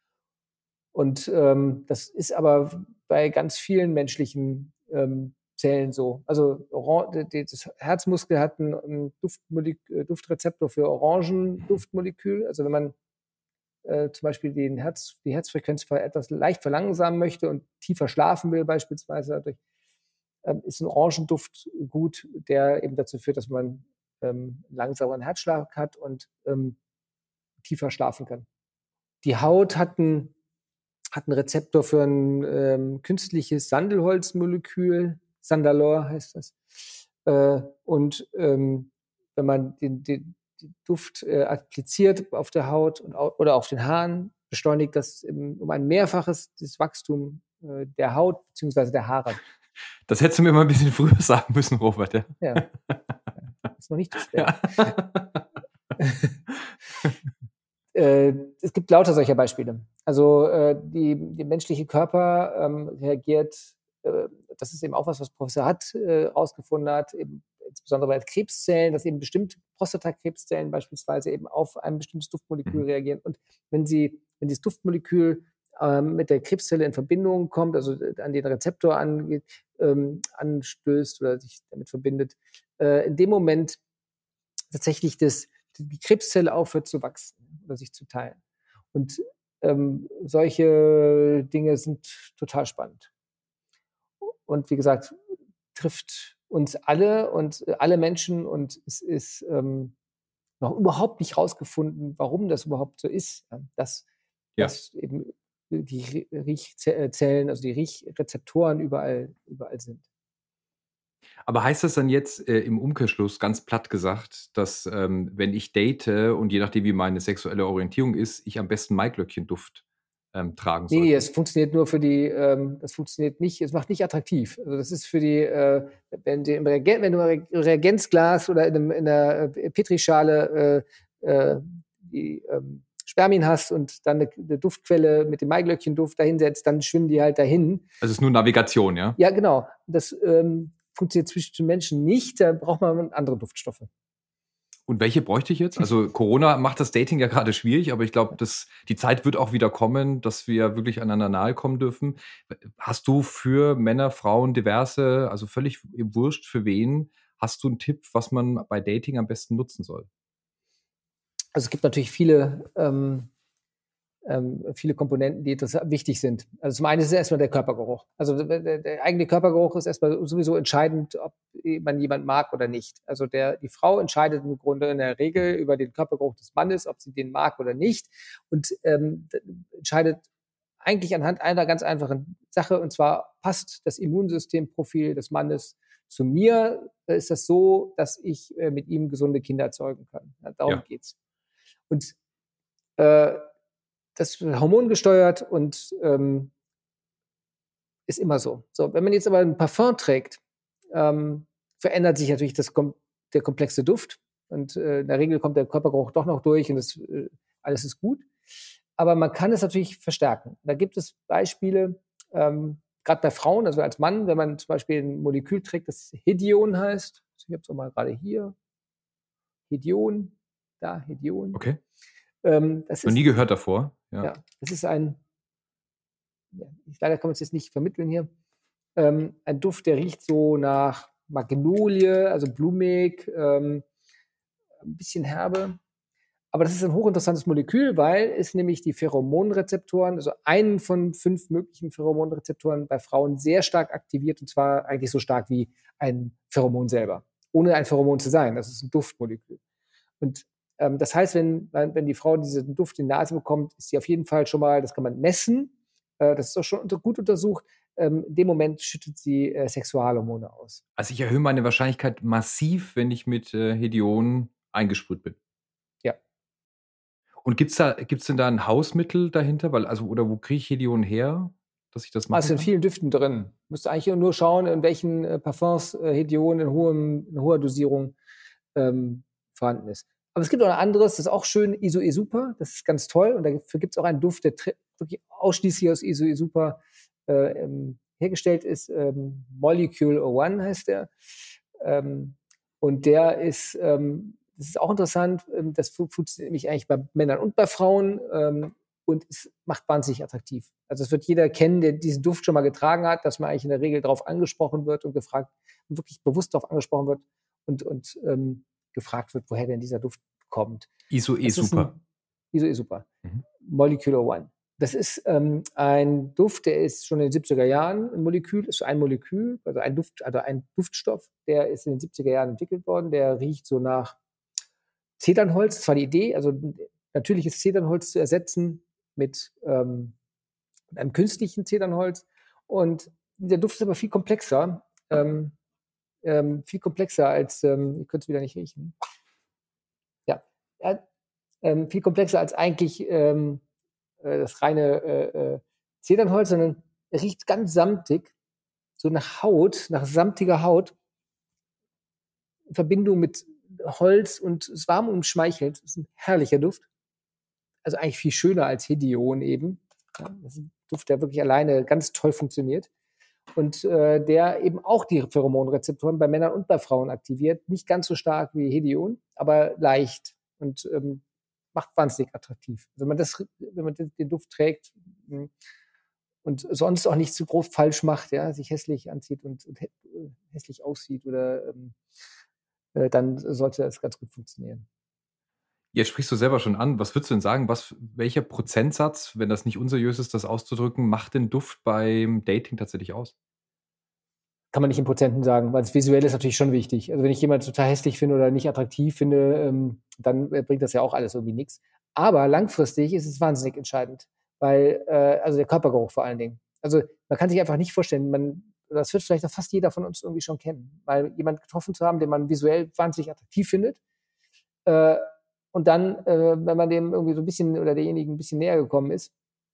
Und, ähm, das ist aber bei ganz vielen menschlichen, ähm, Zellen so. Also, Oran d d das Herzmuskel hat 'n 'n Duftmolek äh, Duftrezeptor für Orangenduftmolekül. Also, wenn man, äh, zum Beispiel den Herz die Herzfrequenz ver etwas leicht verlangsamen möchte und tiefer schlafen will beispielsweise dadurch, ähm, ist 'n Orangenduft gut, der eben dazu führt, dass man, ähm, langsameren Herzschlag hat und, ähm, tiefer schlafen kann. Die Haut hat 'n hat 'n Rezeptor für 'n, ähm, künstliches Sandelholzmolekül, Sandalor heißt das. Äh, und, ähm, wenn man den den den Duft, äh, appliziert auf der Haut und au oder auf den Haaren, beschleunigt das im um ein Mehrfaches das Wachstum, äh, der Haut beziehungsweise der Haare. Das hättest du mir mal ein bisschen früher sagen müssen, Robert, ja. Ja, ist noch nicht zu spät. Ja. Äh, es gibt lauter solcher Beispiele. Also, äh, die der menschliche Körper, ähm, reagiert, äh das ist eben auch was, was Professor Hatt, äh, rausgefunden hat, eben insbesondere bei Krebszellen, dass eben bestimmte Prostatakrebszellen beispielsweise eben auf ein bestimmtes Duftmolekül Mhm. reagieren. Und wenn sie wenn dieses Duftmolekül, ähm, mit der Krebszelle in Verbindung kommt, also, äh, an den Rezeptor angeht, ähm, anstößt oder sich damit verbindet, äh, in dem Moment tatsächlich das die Krebszelle aufhört zu wachsen oder sich zu teilen. Und, ähm, solche Dinge sind total spannend. Und wie gesagt, trifft uns alle und, äh, alle Menschen, und es ist, ähm, noch überhaupt nicht rausgefunden, warum das überhaupt so ist, ja, dass Ja. dass eben die Ri Riechzellen, also die Riechrezeptoren überall überall sind. Aber heißt das dann jetzt, äh, im Umkehrschluss, ganz platt gesagt, dass, ähm, wenn ich date und je nachdem, wie meine sexuelle Orientierung ist, ich am besten Maiglöckchenduft, ähm, tragen Ne, ne, sollte? es funktioniert nur für die, ähm das funktioniert nicht, es macht nicht attraktiv. Also, das ist für die, äh wenn du im Reagen wenn du im Re Reagenzglas oder in 'nem in 'ner, äh, Petrischale, äh, äh, die, ähm, Spermien hast und dann 'ne 'ne Duftquelle mit dem Maiglöckchenduft dahinsetzt, dann schwimmen die halt dahin. Also, es ist nur Navigation, ja? Ja, genau. Das, ähm, funktioniert zwischen Menschen nicht, da braucht man andere Duftstoffe. Und welche bräuchte ich jetzt? Also, Corona macht das Dating ja gerade schwierig, aber ich glaube, dass die Zeit wird auch wieder kommen, dass wir wirklich einander nahe kommen dürfen. Hast du für Männer, Frauen, diverse, also völlig wurscht für wen, hast du einen Tipp, was man bei Dating am besten nutzen soll? Also, es gibt natürlich viele, ähm ähm, viele Komponenten, die interessa wichtig sind. Also, zum einen ist es erst mal der Körpergeruch. Also, der der der eigene Körpergeruch ist erst mal sowieso entscheidend, ob man jemanden mag oder nicht. Also, der die Frau entscheidet im Grunde in der Regel über den Körpergeruch des Mannes, ob sie den mag oder nicht, und, ähm, d entscheidet eigentlich anhand einer ganz einfachen Sache, und zwar passt das Immunsystemprofil des Mannes Zu mir äh, ist das so, dass ich äh, mit ihm gesunde Kinder erzeugen kann. Ja, darum Ja. geht's. Und äh, das wird hormongesteuert und ähm, ist immer so. So, wenn man jetzt aber ein Parfum trägt, ähm, verändert sich natürlich das kom der komplexe Duft und, äh, in der Regel kommt der Körpergeruch doch noch durch und das, äh, alles ist gut. Aber man kann es natürlich verstärken. Da gibt es Beispiele, ähm, grad bei Frauen, also als Mann, wenn man zum Beispiel ein Molekül trägt, das Hedion heißt. Ich habe es auch mal gerade hier. Hedion, da, Hedion. Okay. Ähm, das Noch ist nie gehört davor. Ja. ja, das ist ein ja, ich leider kann man es jetzt nicht vermitteln hier. Ähm, ein Duft, der riecht so nach Magnolie, also blumig, ähm, ein bisschen herbe. Aber das ist ein hochinteressantes Molekül, weil es nämlich die Pheromonrezeptoren, also einen von fünf möglichen Pheromonrezeptoren bei Frauen sehr stark aktiviert, und zwar eigentlich so stark wie ein Pheromon selber, ohne ein Pheromon zu sein. Das ist ein Duftmolekül. Und ähm, das heißt, wenn, wenn die Frau diesen Duft in die Nase bekommt, ist sie auf jeden Fall schon mal, das kann man messen, äh, das ist auch schon unter, gut untersucht, ähm, in dem Moment schüttet sie äh, Sexualhormone aus. Also, ich erhöhe meine Wahrscheinlichkeit massiv, wenn ich mit, äh, Hedion eingesprüht bin. Ja. Und gibt's da gibt's denn da 'n Hausmittel dahinter? Weil also oder wo kriege ich Hedion her, dass ich das Ah, es machen sind kann? vielen Düften drin. Musst eigentlich nur schauen, in welchen äh, Parfums äh, Hedion in hohem in hoher Dosierung, ähm, vorhanden ist. Aber es gibt auch 'n anderes, das ist auch schön, Isoe Super, das ist ganz toll und dafür gibt's auch einen Duft, der tre wirklich ausschließlich aus Isoe Super, äh, ähm, hergestellt ist. Ähm, Molecule One heißt der. Ähm, und der ist ähm, das ist auch interessant, ähm, das fu funktioniert nämlich eigentlich bei Männern und bei Frauen, ähm, und es macht wahnsinnig attraktiv. Also, es wird jeder kennen, der diesen Duft schon mal getragen hat, dass man eigentlich in der Regel drauf angesprochen wird und gefragt wirklich bewusst darauf angesprochen wird und und, ähm, gefragt wird, woher denn dieser Duft kommt. Isoe Das ist Super. 'n Isoe Super, Mhm. Molecular One. Das ist, ähm, ein Duft, der ist schon in den siebziger Jahren 'n Molekül ist ein Molekül, also ein Duft also ein Duftstoff, der ist in den siebziger Jahren entwickelt worden. Der riecht so nach Zedernholz. Das war die Idee, also n natürliches Zedernholz zu ersetzen mit, ähm, einem künstlichen Zedernholz. Und der Duft ist aber viel komplexer, ähm, ähm, viel komplexer als, ähm ich könnte es wieder nicht riechen. Ja, er ähm, viel komplexer als eigentlich, ähm, äh, das reine, äh, äh, Zedernholz, sondern er riecht ganz samtig, so nach Haut, nach samtiger Haut in Verbindung mit Holz und ist warm und schmeichelt. Ist 'n herrlicher Duft. Also, eigentlich viel schöner als Hedion eben. Ja, das ist 'n Duft, der wirklich alleine ganz toll funktioniert und, äh, der eben auch die Pheromonrezeptoren bei Männern und bei Frauen aktiviert. Nicht ganz so stark wie Hedion, aber leicht und, ähm, macht wahnsinnig attraktiv. Wenn man das wenn man den den Duft trägt, hm, und sonst auch nicht zu groß falsch macht, ja, sich hässlich anzieht und und hä äh, hässlich aussieht oder, ähm, äh, dann sollte das ganz gut funktionieren. Jetzt sprichst du selber schon an. Was würdest du denn sagen, was welcher Prozentsatz, wenn das nicht unseriös ist, das auszudrücken, macht den Duft beim Dating tatsächlich aus? Kann man nicht in Prozenten sagen, weil das Visuelle ist natürlich schon wichtig. Also, wenn ich jemanden total hässlich finde oder nicht attraktiv finde, ähm, dann, äh, bringt das ja auch alles irgendwie nix. Aber langfristig ist es wahnsinnig entscheidend, weil, äh also, der Körpergeruch vor allen Dingen. Also, man kann sich einfach nicht vorstellen, man das wird vielleicht auch fast jeder von uns irgendwie schon kennen, mal jemanden getroffen zu haben, den man visuell wahnsinnig attraktiv findet, äh, und dann, äh, wenn man dem irgendwie so 'n bisschen oder derjenigen 'n bisschen näher gekommen ist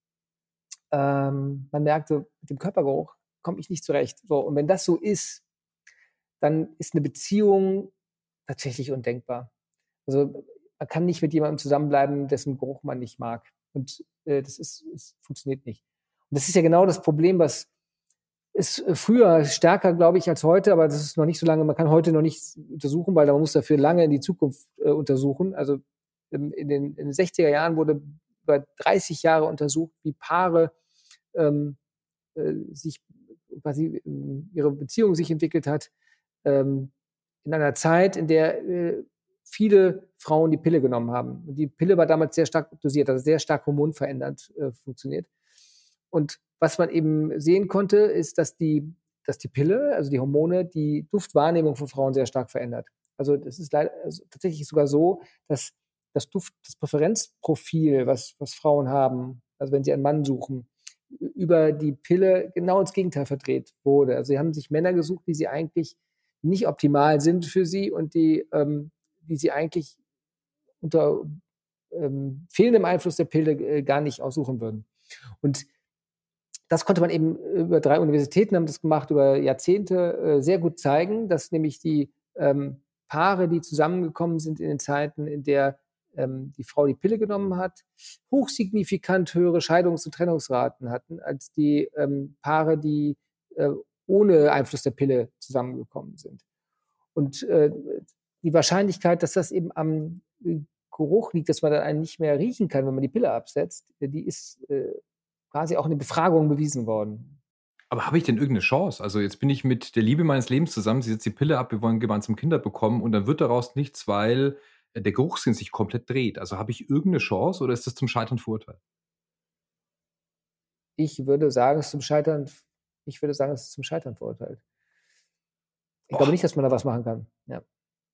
ähm, man merkt so, mit dem Körpergeruch komme ich nicht zurecht. So, und wenn das so ist, dann ist 'ne Beziehung tatsächlich undenkbar. Also, man kann nicht mit jemandem zusammenbleiben, dessen Geruch man nicht mag. Und, äh, das ist es funktioniert nicht. Und das ist ja genau das Problem, was ist, äh, früher stärker, glaube ich, als heute, aber das ist noch nicht so lange man kann heute noch nichts untersuchen, weil man muss dafür lange in die Zukunft, äh, untersuchen. Also, in in den in den sechziger Jahren wurde über dreißig Jahre untersucht, wie Paare, ähm, äh, sich quasi, ähm ihre Beziehung sich entwickelt hat, ähm, in einer Zeit, in der, äh, viele Frauen die Pille genommen haben. Und die Pille war damals sehr stark dosiert, also sehr stark hormonverändernd, äh, funktioniert. Und was man eben sehen konnte, ist, dass die dass die Pille, also die Hormone, die Duftwahrnehmung von Frauen sehr stark verändert. Also, das ist leid also tatsächlich sogar so, dass das Duft das Präferenzprofil, was was Frauen haben, also wenn sie einen Mann suchen, ü über die Pille genau ins Gegenteil verdreht wurde. Also, sie haben sich Männer gesucht, die sie eigentlich nicht optimal sind für sie und die, ähm, die sie eigentlich unter ähm, fehlendem Einfluss der Pille äh, gar nicht aussuchen würden. Und das konnte man eben über drei Universitäten haben das gemacht, über Jahrzehnte äh, sehr gut zeigen, dass nämlich die ähm, Paare, die zusammengekommen sind in den Zeiten, in der ähm, die Frau die Pille genommen hat, hochsignifikant höhere Scheidungs- und Trennungsraten hatten als die ähm, Paare, die äh, ohne Einfluss der Pille zusammengekommen sind. Und äh, die Wahrscheinlichkeit, dass das eben am äh, Geruch liegt, dass man dann einen nicht mehr riechen kann, wenn man die Pille absetzt, äh, die ist äh, quasi auch in den Befragungen bewiesen worden. Aber habe ich denn irgendeine Chance? Also, jetzt bin ich mit der Liebe meines Lebens zusammen, sie setzt die Pille ab, wir wollen gemeinsam Kinder bekommen und dann wird daraus nichts, weil, äh, der Geruchssinn sich komplett dreht. Also, habe ich irgendeine Chance oder ist das zum Scheitern verurteilt? Ich würde sagen, es ist zum Scheitern ich würde sagen, es ist zum Scheitern verurteilt. Ich glaube Och, nicht, dass man da was machen kann, ja.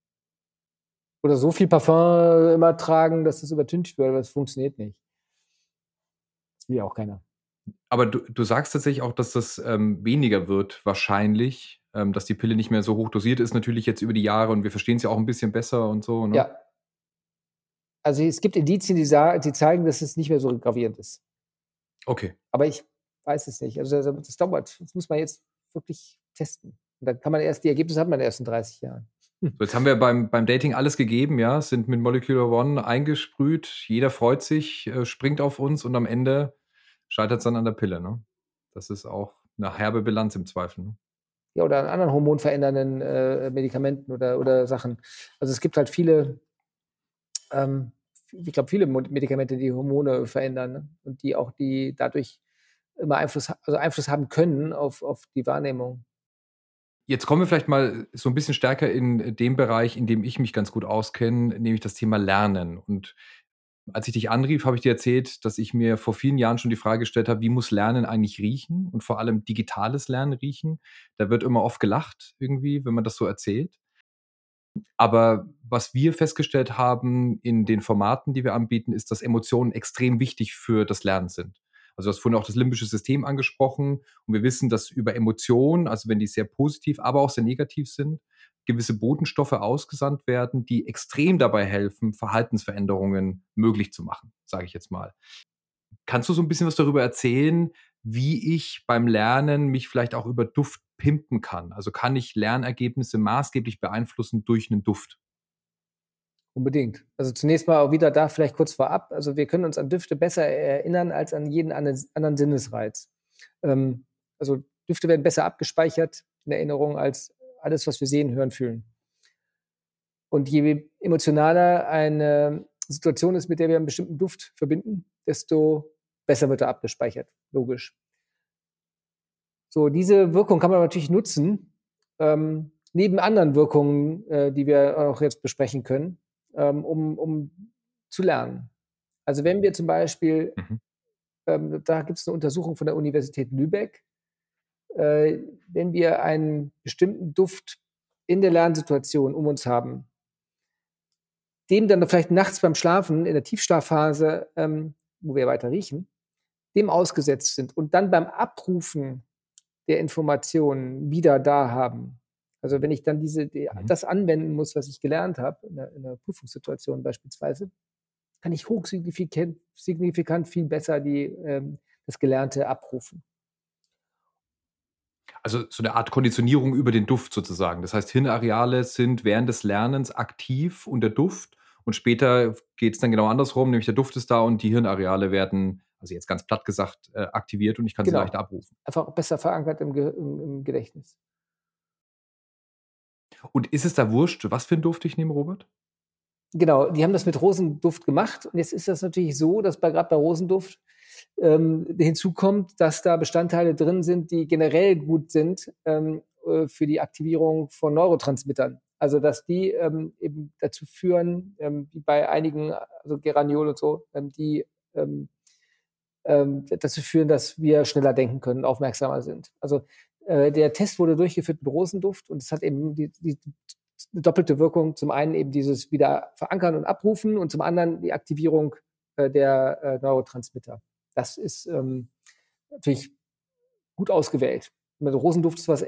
Oder so viel Parfum immer tragen, dass das übertüncht wird, aber das funktioniert nicht. Das will ja auch keiner. aber du du sagst tatsächlich auch, dass das, ähm, weniger wird wahrscheinlich, ähm, dass die Pille nicht mehr so hoch dosiert ist natürlich jetzt über die Jahre und wir verstehen es ja auch ein bisschen besser und so, ne? Ja, also es gibt Indizien, die sa die zeigen, dass es nicht mehr so gravierend ist. Okay. Aber ich weiß es nicht. Also, das das dauert. Das muss man jetzt wirklich testen. Und dann kann man erst die Ergebnisse hat man erst in dreißig Jahren. Hm. So, jetzt haben wir beim beim Dating alles gegeben, ja, sind mit Molecular One eingesprüht. Jeder freut sich, äh, springt auf uns und am Ende scheitert's dann an der Pille, ne? Das ist auch 'ne herbe Bilanz im Zweifel, ne? Ja, oder an anderen hormonverändernden, äh, Medikamenten oder oder Sachen. Also, es gibt halt viele, ähm, ich glaube, viele Mod Medikamente, die Hormone verändern, ne? Und die auch die dadurch immer Einfluss ha also, Einfluss haben können auf auf die Wahrnehmung. Jetzt kommen wir vielleicht mal so 'n bisschen stärker in den Bereich, in dem ich mich ganz gut auskenne, nämlich das Thema Lernen. Und als ich dich anrief, habe ich dir erzählt, dass ich mir vor vielen Jahren schon die Frage gestellt habe: „Wie muss Lernen eigentlich riechen und vor allem digitales Lernen riechen?“ Da wird immer oft gelacht irgendwie, wenn man das so erzählt. Aber was wir festgestellt haben in den Formaten, die wir anbieten, ist, dass Emotionen extrem wichtig für das Lernen sind. Also, du hast vorhin auch das limbische System angesprochen und wir wissen, dass über Emotionen, also wenn die sehr positiv, aber auch sehr negativ sind, gewisse Botenstoffe ausgesandt werden, die extrem dabei helfen, Verhaltensveränderungen möglich zu machen, sage ich jetzt mal. Kannst du so 'n bisschen was darüber erzählen, wie ich beim Lernen mich vielleicht auch über Duft pimpen kann? Also, kann ich Lernergebnisse maßgeblich beeinflussen durch 'nen Duft? Unbedingt. Also, zunächst mal auch wieder da vielleicht kurz vorab. Also, wir können uns an Düfte besser erinnern als an jeden anes anderen Sinnesreiz. Ähm, also, Düfte werden besser abgespeichert in Erinnerung als alles, was wir sehen, hören, fühlen. Und je emotionaler eine Situation ist, mit der wir einen bestimmten Duft verbinden, desto besser wird er abgespeichert, logisch. So, diese Wirkung kann man natürlich nutzen, ähm, neben anderen Wirkungen, äh, die wir auch jetzt besprechen können, ähm, um um zu lernen. Also, wenn wir zum Beispiel Mhm. ähm, da gibt's 'ne Untersuchung von der Universität Lübeck, äh, wenn wir einen bestimmten Duft in der Lernsituation um uns haben, dem dann vielleicht nachts beim Schlafen in der Tiefschlafphase, ähm, wo wir weiter riechen, dem ausgesetzt sind und dann beim Abrufen der Informationen wieder da haben. Also, wenn ich dann diese die Mhm. das anwenden muss, was ich gelernt habe, in 'ner in 'ner Prüfungssituation beispielsweise, kann ich hochsignifikant signifikant viel besser die ähm, das Gelernte abrufen. Also, so 'ne Art Konditionierung über den Duft sozusagen. Das heißt, Hirnareale sind während des Lernens aktiv und der Duft und später geht's dann genau andersrum, nämlich der Duft ist da und die Hirnareale werden, also jetzt ganz platt gesagt, äh, aktiviert und ich kann sie Genau, leichter abrufen. einfach besser verankert im Ge im im Gedächtnis. Und ist es da wurscht, was für 'n Duft ich nehme, Robert? Genau, die haben das mit Rosenduft gemacht und jetzt ist das natürlich so, dass bei grad bei Rosenduft, ähm, hinzukommt, dass da Bestandteile drin sind, die generell gut sind, ähm, äh, für die Aktivierung von Neurotransmittern. Also, dass die, ähm, eben dazu führen, ähm, wie bei einigen, also Geraniol und so, ähm, die, ähm, ähm, dazu führen, dass wir schneller denken können, aufmerksamer sind. Also, äh, der Test wurde durchgeführt mit Rosenduft und es hat eben die die 'ne doppelte Wirkung. Zum einen eben dieses wieder Verankern und Abrufen und zum anderen die Aktivierung, äh, der, äh, Neurotransmitter. Das ist, ähm, natürlich gut ausgewählt. Mit Rosenduft ist was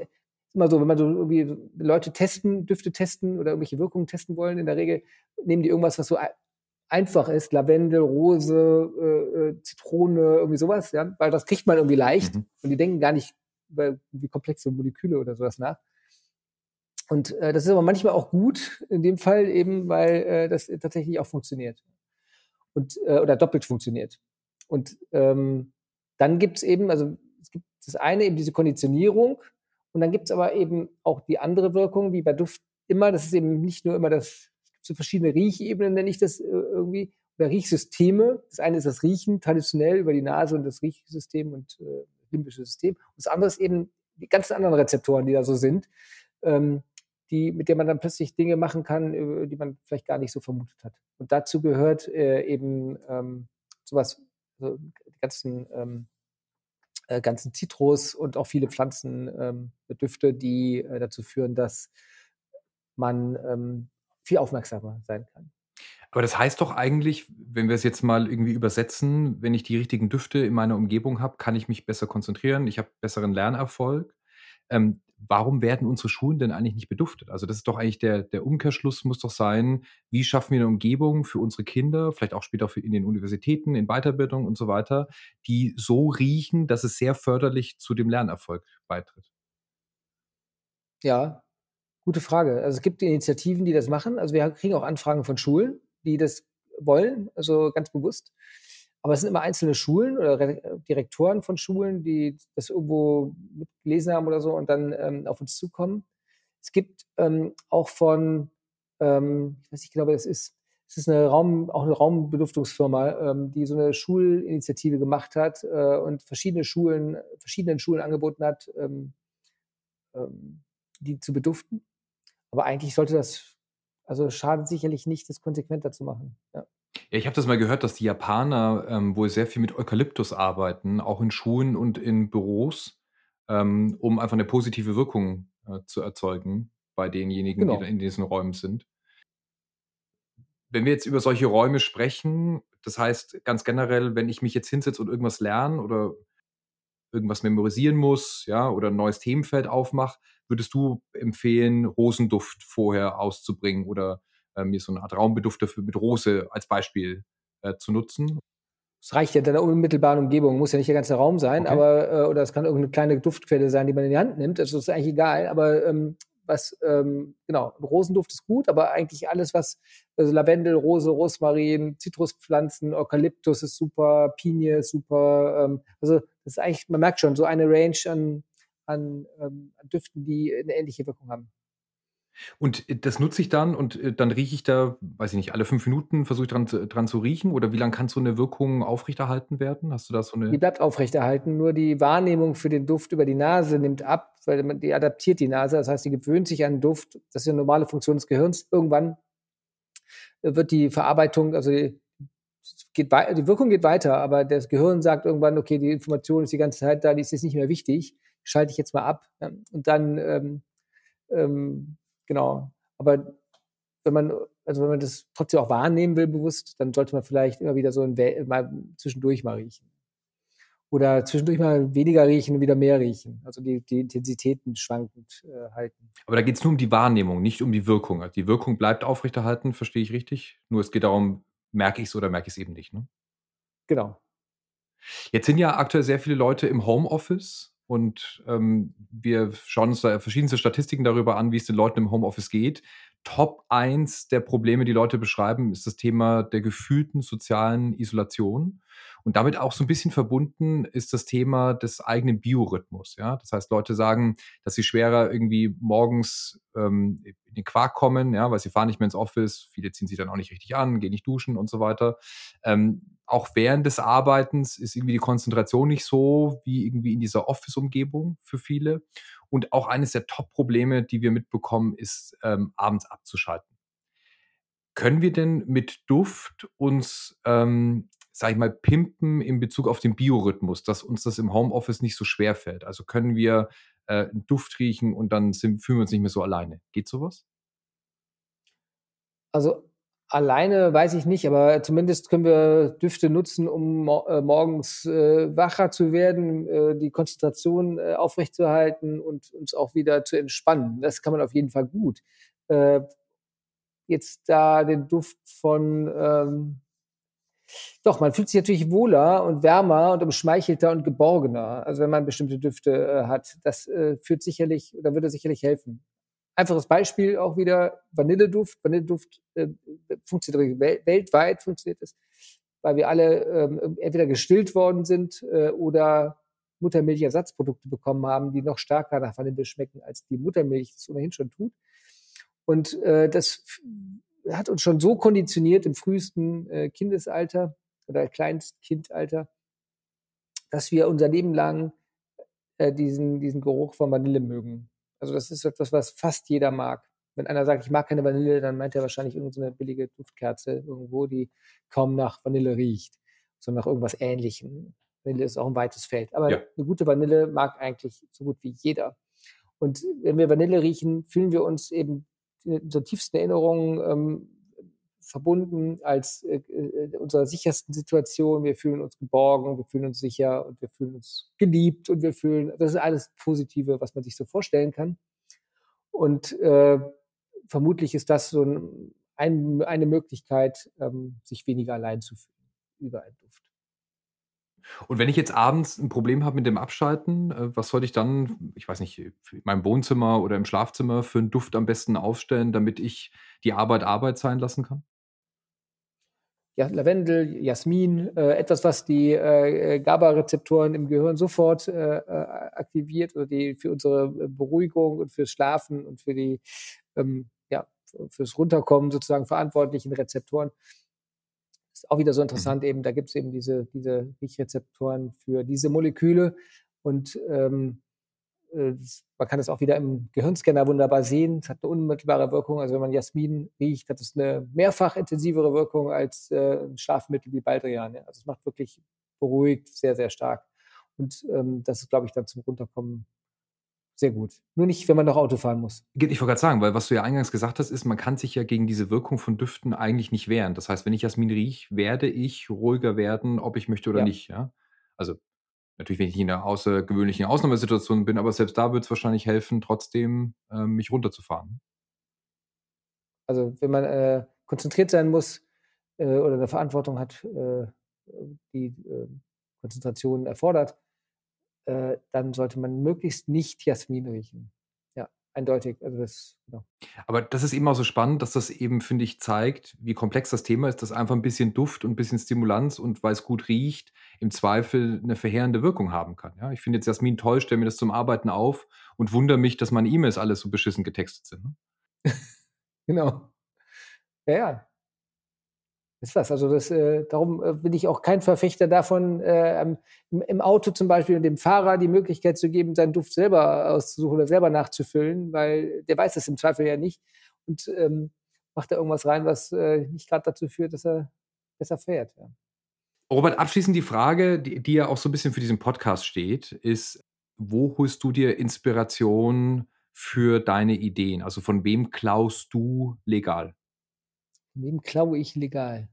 immer so, wenn man so irgendwie so Leute testen Düfte testen oder irgendwelche Wirkungen testen wollen, in der Regel nehmen die irgendwas, was so ei einfach ist, Lavendel, Rose, äh, äh, Zitrone, irgendwie sowas, ja, weil das kriegt man irgendwie leicht Mhm. und die denken gar nicht über wie komplexe Moleküle oder sowas nach. Und, äh, das ist aber manchmal auch gut in dem Fall eben, weil, äh, das tatsächlich auch funktioniert und äh, oder doppelt funktioniert. Und, ähm, dann gibt's eben also, es gibt das eine eben diese Konditionierung und dann gibt's aber eben auch die andere Wirkung, wie bei Duft immer, das ist eben nicht nur immer das es gibt so verschiedene Riechebenen, nenne ich das, äh, irgendwie, oder Riechsysteme. Das eine ist das Riechen traditionell über die Nase und das Riechsystem und, äh, limbische System. Und das andere ist eben die ganzen anderen Rezeptoren, die da so sind, ähm, die mit denen man dann plötzlich Dinge machen kann, äh, die man vielleicht gar nicht so vermutet hat. Und dazu gehört, äh, eben, ähm, so was so die ganzen, ähm, äh, ganzen Zitrus und auch viele Pflanzen ähm, Düfte, die, äh, dazu führen, dass man, ähm, viel aufmerksamer sein kann. Aber das heißt doch eigentlich, wenn wir es jetzt mal irgendwie übersetzen, wenn ich die richtigen Düfte in meiner Umgebung habe, kann ich mich besser konzentrieren, ich habe besseren Lernerfolg. Ähm, warum werden unsere Schulen denn eigentlich nicht beduftet? Also, das ist doch eigentlich der der Umkehrschluss muss doch sein, wie schaffen wir 'ne Umgebung für unsere Kinder, vielleicht auch später für in den Universitäten, in Weiterbildung und so weiter, die so riechen, dass es sehr förderlich zu dem Lernerfolg beitritt? Ja, gute Frage. Also, es gibt Initiativen, die das machen. Also, wir ha kriegen auch Anfragen von Schulen, die das wollen, also, ganz bewusst. Aber es sind immer einzelne Schulen oder Re äh, Direktoren von Schulen, die das irgendwo mit gelesen haben oder so und dann, ähm, auf uns zukommen. Es gibt, ähm, auch von, ähm ich weiß nicht genau, wer das ist. Es ist 'ne Raum auch 'ne Raumbeduftungsfirma, ähm, die so 'ne Schulinitiative gemacht hat, äh, und verschiedene Schulen verschiedenen Schulen angeboten hat, ähm ähm, die zu beduften. Aber eigentlich sollte das also, schadet sicherlich nicht, das konsequenter zu machen, ja. Ja, ich habe das mal gehört, dass die Japaner, ähm, wohl sehr viel mit Eukalyptus arbeiten, auch in Schulen und in Büros, ähm, um einfach 'ne positive Wirkung, äh, zu erzeugen bei denjenigen, die da Genau. in diesen Räumen sind. Wenn wir jetzt über solche Räume sprechen, das heißt ganz generell, wenn ich mich jetzt hinsetze und irgendwas lerne oder irgendwas memorisieren muss, ja, oder 'n neues Themenfeld aufmache, würdest du empfehlen, Rosenduft vorher auszubringen oder, äh, mir so 'ne Art Raumbedufter für mit Rose als Beispiel, äh, zu nutzen? Es reicht ja in deiner unmittelbaren Umgebung, muss ja nicht der ganze Raum sein, Okay. aber äh, oder es kann irgend 'ne kleine Duftquelle sein, die man in die Hand nimmt. Das ist eigentlich egal, aber, ähm, was, ähm genau, Rosenduft ist gut, aber eigentlich alles, was also, Lavendel, Rose, Rosmarin, Zitruspflanzen, Eukalyptus ist super, Pinie ist super. Ähm, also, das ist eigentlich man merkt schon so eine Range an an, ähm, an Düften, die 'ne ähnliche Wirkung haben. Und, äh, das nutze ich dann und, äh, dann rieche ich da, weiß ich nicht, alle fünf Minuten versuche ich dran zu dran zu riechen oder wie lang kann so 'ne Wirkung aufrechterhalten werden? Hast du da so Die 'ne bleibt aufrechterhalten, nur die Wahrnehmung für den Duft über die Nase nimmt ab, weil man die adaptiert die Nase. Das heißt, die gewöhnt sich an 'n Duft. Das ist ja normale Funktion des Gehirns. Irgendwann äh, wird die Verarbeitung also, die geht wei die Wirkung geht weiter, aber das Gehirn sagt irgendwann: „Okay, die Information ist die ganze Zeit da, die ist jetzt nicht mehr wichtig, schalte ich jetzt mal ab“, ja? Und dann, ähm ähm, genau. Aber wenn man also, wenn man das trotzdem auch wahrnehmen will bewusst, dann sollte man vielleicht immer wieder so 'n Wel mal zwischendurch mal riechen. Oder zwischendurch mal weniger riechen und wieder mehr riechen, also, die die Intensitäten schwankend, äh, halten. Aber da geht's nur um die Wahrnehmung, nicht um die Wirkung. Also, die Wirkung bleibt aufrechterhalten, verstehe ich richtig? Nur es geht darum, merke ich's oder merke ich's eben nicht, ne? Genau. Jetzt sind ja aktuell sehr viele Leute im Homeoffice und, ähm, wir schauen uns da verschiedenste Statistiken darüber an, wie es den Leuten im Homeoffice geht. Top eins der Probleme, die Leute beschreiben, ist das Thema der gefühlten sozialen Isolation. Und damit auch so 'n bisschen verbunden ist das Thema des eigenen Biorhythmus, ja? Das heißt, Leute sagen, dass sie schwerer irgendwie morgens, ähm, in den Quark kommen, ja, weil sie fahren nicht mehr ins Office. Viele ziehen sich dann auch nicht richtig an, gehen nicht duschen und so weiter. Ähm, auch während des Arbeitens ist irgendwie die Konzentration nicht so wie irgendwie in dieser Office-Umgebung für viele. Und auch eines der Top-Probleme, die wir mitbekommen, ist, ähm, abends abzuschalten. Können wir denn mit Duft uns, ähm, sage ich mal, pimpen in Bezug auf den Biorhythmus, dass uns das im Homeoffice nicht so schwerfällt? Also, können wir, äh, 'n Duft riechen und dann sind fühlen wir uns nicht mehr so alleine. Geht so was? Also, Alleine weiß ich nicht, aber zumindest können wir Düfte nutzen, um mo äh, morgens, äh, wacher zu werden, äh, die Konzentration, äh, aufrechtzuerhalten und uns auch wieder zu entspannen. Das kann man auf jeden Fall gut. Äh, jetzt da den Duft von, ähm doch, man fühlt sich natürlich wohler und wärmer und umschmeichelter und geborgener, also wenn man bestimmte Düfte, äh, hat. Das, äh, führt sicherlich oder würde sicherlich helfen. Einfaches Beispiel auch wieder Vanilleduft. Vanilleduft, äh, funktioniert wel weltweit funktioniert es, weil wir alle, ähm, entweder gestillt worden sind, äh, oder Muttermilchersatzprodukte bekommen haben, die noch stärker nach Vanille schmecken, als die Muttermilch das ohnehin schon tut. Und, äh, das f hat uns schon so konditioniert im frühesten, äh, Kindesalter oder Kleinstkindalter, dass wir unser Leben lang, äh, diesen diesen Geruch von Vanille mögen. Also, das ist etwas, was fast jeder mag. Wenn einer sagt: „Ich mag keine Vanille“, dann meint er wahrscheinlich irgend so 'ne billige Duftkerze irgendwo, die kaum nach Vanille riecht, sondern nach irgendwas Ähnlichem. Vanille ist auch 'n weites Feld. Aber Ja. 'ne gute Vanille mag eigentlich so gut wie jeder. Und wenn wir Vanille riechen, fühlen wir uns eben in unseren tiefsten Erinnerungen, ähm, verbunden als, äh, äh, unserer sichersten Situation. Wir fühlen uns geborgen, wir fühlen uns sicher und wir fühlen uns geliebt und wir fühlen das ist alles Positive, was man sich so vorstellen kann. Und, äh, vermutlich ist das so 'n ein eine Möglichkeit, ähm, sich weniger allein zu fühlen über einen Duft. Und wenn ich jetzt abends 'n Problem habe mit dem Abschalten, äh, was sollte ich dann, ich weiß nicht, in meinem Wohnzimmer oder im Schlafzimmer für 'n Duft am besten aufstellen, damit ich die Arbeit Arbeit sein lassen kann? Ja, Lavendel, Jasmin, äh, etwas, was die, äh, äh, GABA-Rezeptoren im Gehirn sofort, äh, äh, aktiviert oder die für unsere, äh, Beruhigung und fürs Schlafen und für die, ähm, ja, f fürs Runterkommen sozusagen verantwortlichen Rezeptoren. Ist auch wieder so Mhm. interessant eben, da gibt's eben diese diese Riechrezeptoren für diese Moleküle und, ähm, äh, s man kann das auch wieder im Gehirnscanner wunderbar sehen. Es hat 'ne unmittelbare Wirkung. Also, wenn man Jasmin riecht, hat es 'ne mehrfach intensivere Wirkung als, äh, 'n Schlafmittel wie Baldrian, ja. Also, es macht wirklich beruhigt sehr, sehr stark. Und, ähm, das ist, glaube ich, dann zum Runterkommen sehr gut. Nur nicht, wenn man noch Auto fahren muss. Ge ich wollte grad sagen, weil was du ja eingangs gesagt hast, ist, man kann sich ja gegen diese Wirkung von Düften eigentlich nicht wehren. Das heißt, wenn ich Jasmin rieche, werde ich ruhiger werden, ob ich möchte oder Ja. nicht, ja? Also, natürlich, wenn ich in 'ner außergewöhnlichen Ausnahmesituation bin, aber selbst da wird's wahrscheinlich helfen, trotzdem, ähm, mich runterzufahren. Also, wenn man, äh, konzentriert sein muss, äh, oder 'ne Verantwortung hat, äh, die, ähm, Konzentration erfordert, äh, dann sollte man möglichst nicht Jasmin riechen. Ja, eindeutig. Also, das genau. Aber das ist eben auch so spannend, dass das eben, finde ich, zeigt, wie komplex das Thema ist, dass einfach 'n bisschen Duft und 'n bisschen Stimulanz und weil's gut riecht, im Zweifel 'ne verheerende Wirkung haben kann, ja? Ich finde jetzt Jasmin toll, stelle mir das zum Arbeiten auf und wundere mich, dass meine E-Mails alle so beschissen getextet sind, ne? Genau. Ja, ja. Ist was. Also, das, äh darum, äh, bin ich auch kein Verfechter davon, äh, ähm, im im Auto zum Beispiel dem Fahrer die Möglichkeit zu geben, seinen Duft selber auszusuchen oder selber nachzufüllen, weil der weiß das im Zweifel ja nicht und, ähm, macht da irgendwas rein, was, äh, nicht grad dazu führt, dass er besser fährt, ja. Robert, abschließend die Frage, die die ja auch so 'n bisschen für diesen Podcast steht, ist: Wo holst du dir Inspiration für deine Ideen? Also, von wem klaust du legal? Wem klaue ich legal?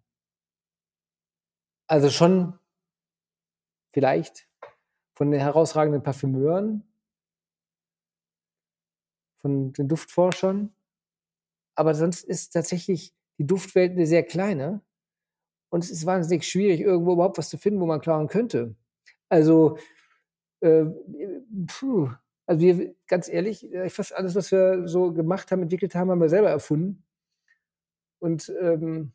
Also, schon vielleicht von den herausragenden Parfümeuren von den Duftforschern. Aber sonst ist tatsächlich die Duftwelt 'ne sehr kleine und es ist wahnsinnig schwierig, irgendwo überhaupt was zu finden, wo man klauen könnte. Also, äh, puh, also, wir ganz ehrlich, äh, fast alles, was wir so gemacht haben, entwickelt haben, haben wir selber erfunden. Und, ähm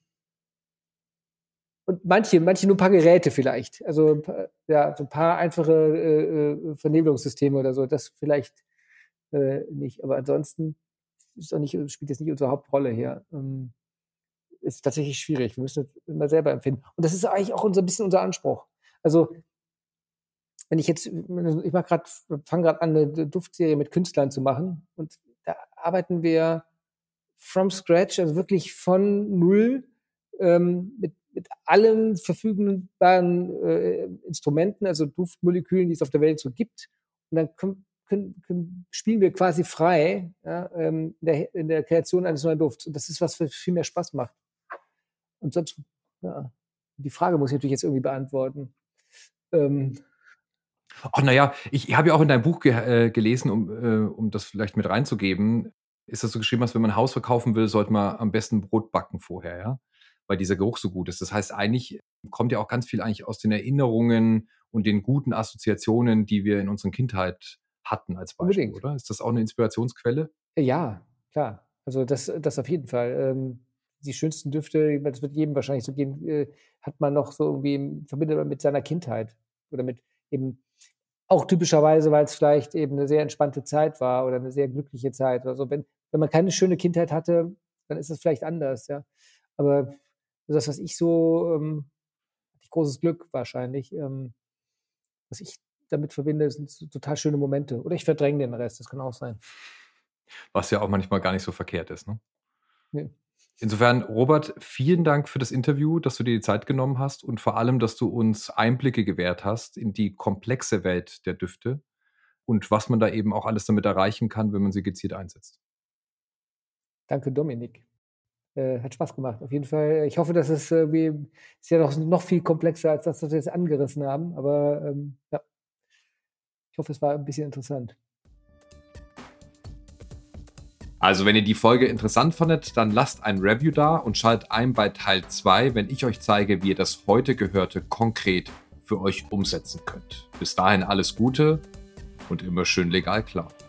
und manche manche nur 'n paar Geräte vielleicht. Also, 'n paar ja, so 'n paar einfache, äh, äh, Vernebelungssysteme oder so, das vielleicht, äh, nicht. Aber ansonsten ist auch nicht spielt jetzt nicht unsere Hauptrolle hier. Ähm, ist tatsächlich schwierig. Wir müssen das immer selber empfinden. Und das ist eigentlich auch unser bisschen unser Anspruch. Also wenn ich jetzt ich mache grad fange grad an, 'ne D Duftserie mit Künstlern zu machen und da arbeiten wir from scratch, also, wirklich von null, ähm, mit mit allen verfügbaren, äh, Instrumenten, also, Duftmolekülen, die es auf der Welt so gibt. Und dann können können können spielen wir quasi frei, ja, ähm, in der in der Kreation eines neuen Dufts. Und das ist was, was viel mehr Spaß macht. Und sonst, ja, die Frage muss ich natürlich jetzt irgendwie beantworten. Ähm, Ach na ja, ich habe ja auch in deinem Buch ge äh, gelesen, um äh, um das vielleicht mit reinzugeben, ist, dass du geschrieben hast, wenn man 'n Haus verkaufen will, sollte man am besten Brot backen vorher, ja, weil dieser Geruch so gut ist. Das heißt, eigentlich kommt ja auch ganz viel eigentlich aus den Erinnerungen und den guten Assoziationen, die wir in unserer Kindheit hatten als Beispiel, unbedingt. oder? Ist das auch 'ne Inspirationsquelle? Ja, klar. Also, das das auf jeden Fall. Ähm, die schönsten Düfte, ich meine, das wird jedem wahrscheinlich so gehen, äh, hat man noch so irgendwie im verbindet man mit seiner Kindheit oder mit eben auch typischerweise, weil's vielleicht eben 'ne sehr entspannte Zeit war oder 'ne sehr glückliche Zeit oder so. Wenn wenn man keine schöne Kindheit hatte, dann ist es vielleicht anders, ja. Aber das, was ich so, ähm hatte ich großes Glück wahrscheinlich, ähm, was ich damit verbinde, sind so total schöne Momente. Oder ich verdränge den Rest, das kann auch sein. Was ja auch manchmal gar nicht so verkehrt ist, ne? Ja. Insofern, Robert, vielen Dank für das Interview, dass du dir die Zeit genommen hast und vor allem, dass du uns Einblicke gewährt hast in die komplexe Welt der Düfte und was man da eben auch alles damit erreichen kann, wenn man sie gezielt einsetzt. Danke, Dominik. Äh, hat Spaß gemacht. Auf jeden Fall. Ich hoffe, dass es irgendwie ist ja noch noch viel komplexer als das, was wir jetzt angerissen haben, aber, ähm, ja. Ich hoffe, es war 'n bisschen interessant. Also, wenn ihr die Folge interessant fandet, dann lasst ein Review da und schaltet ein bei Teil zwei, wenn ich euch zeige, wie ihr das heute Gehörte konkret für euch umsetzen könnt. Bis dahin alles Gute und immer schön legal klauen.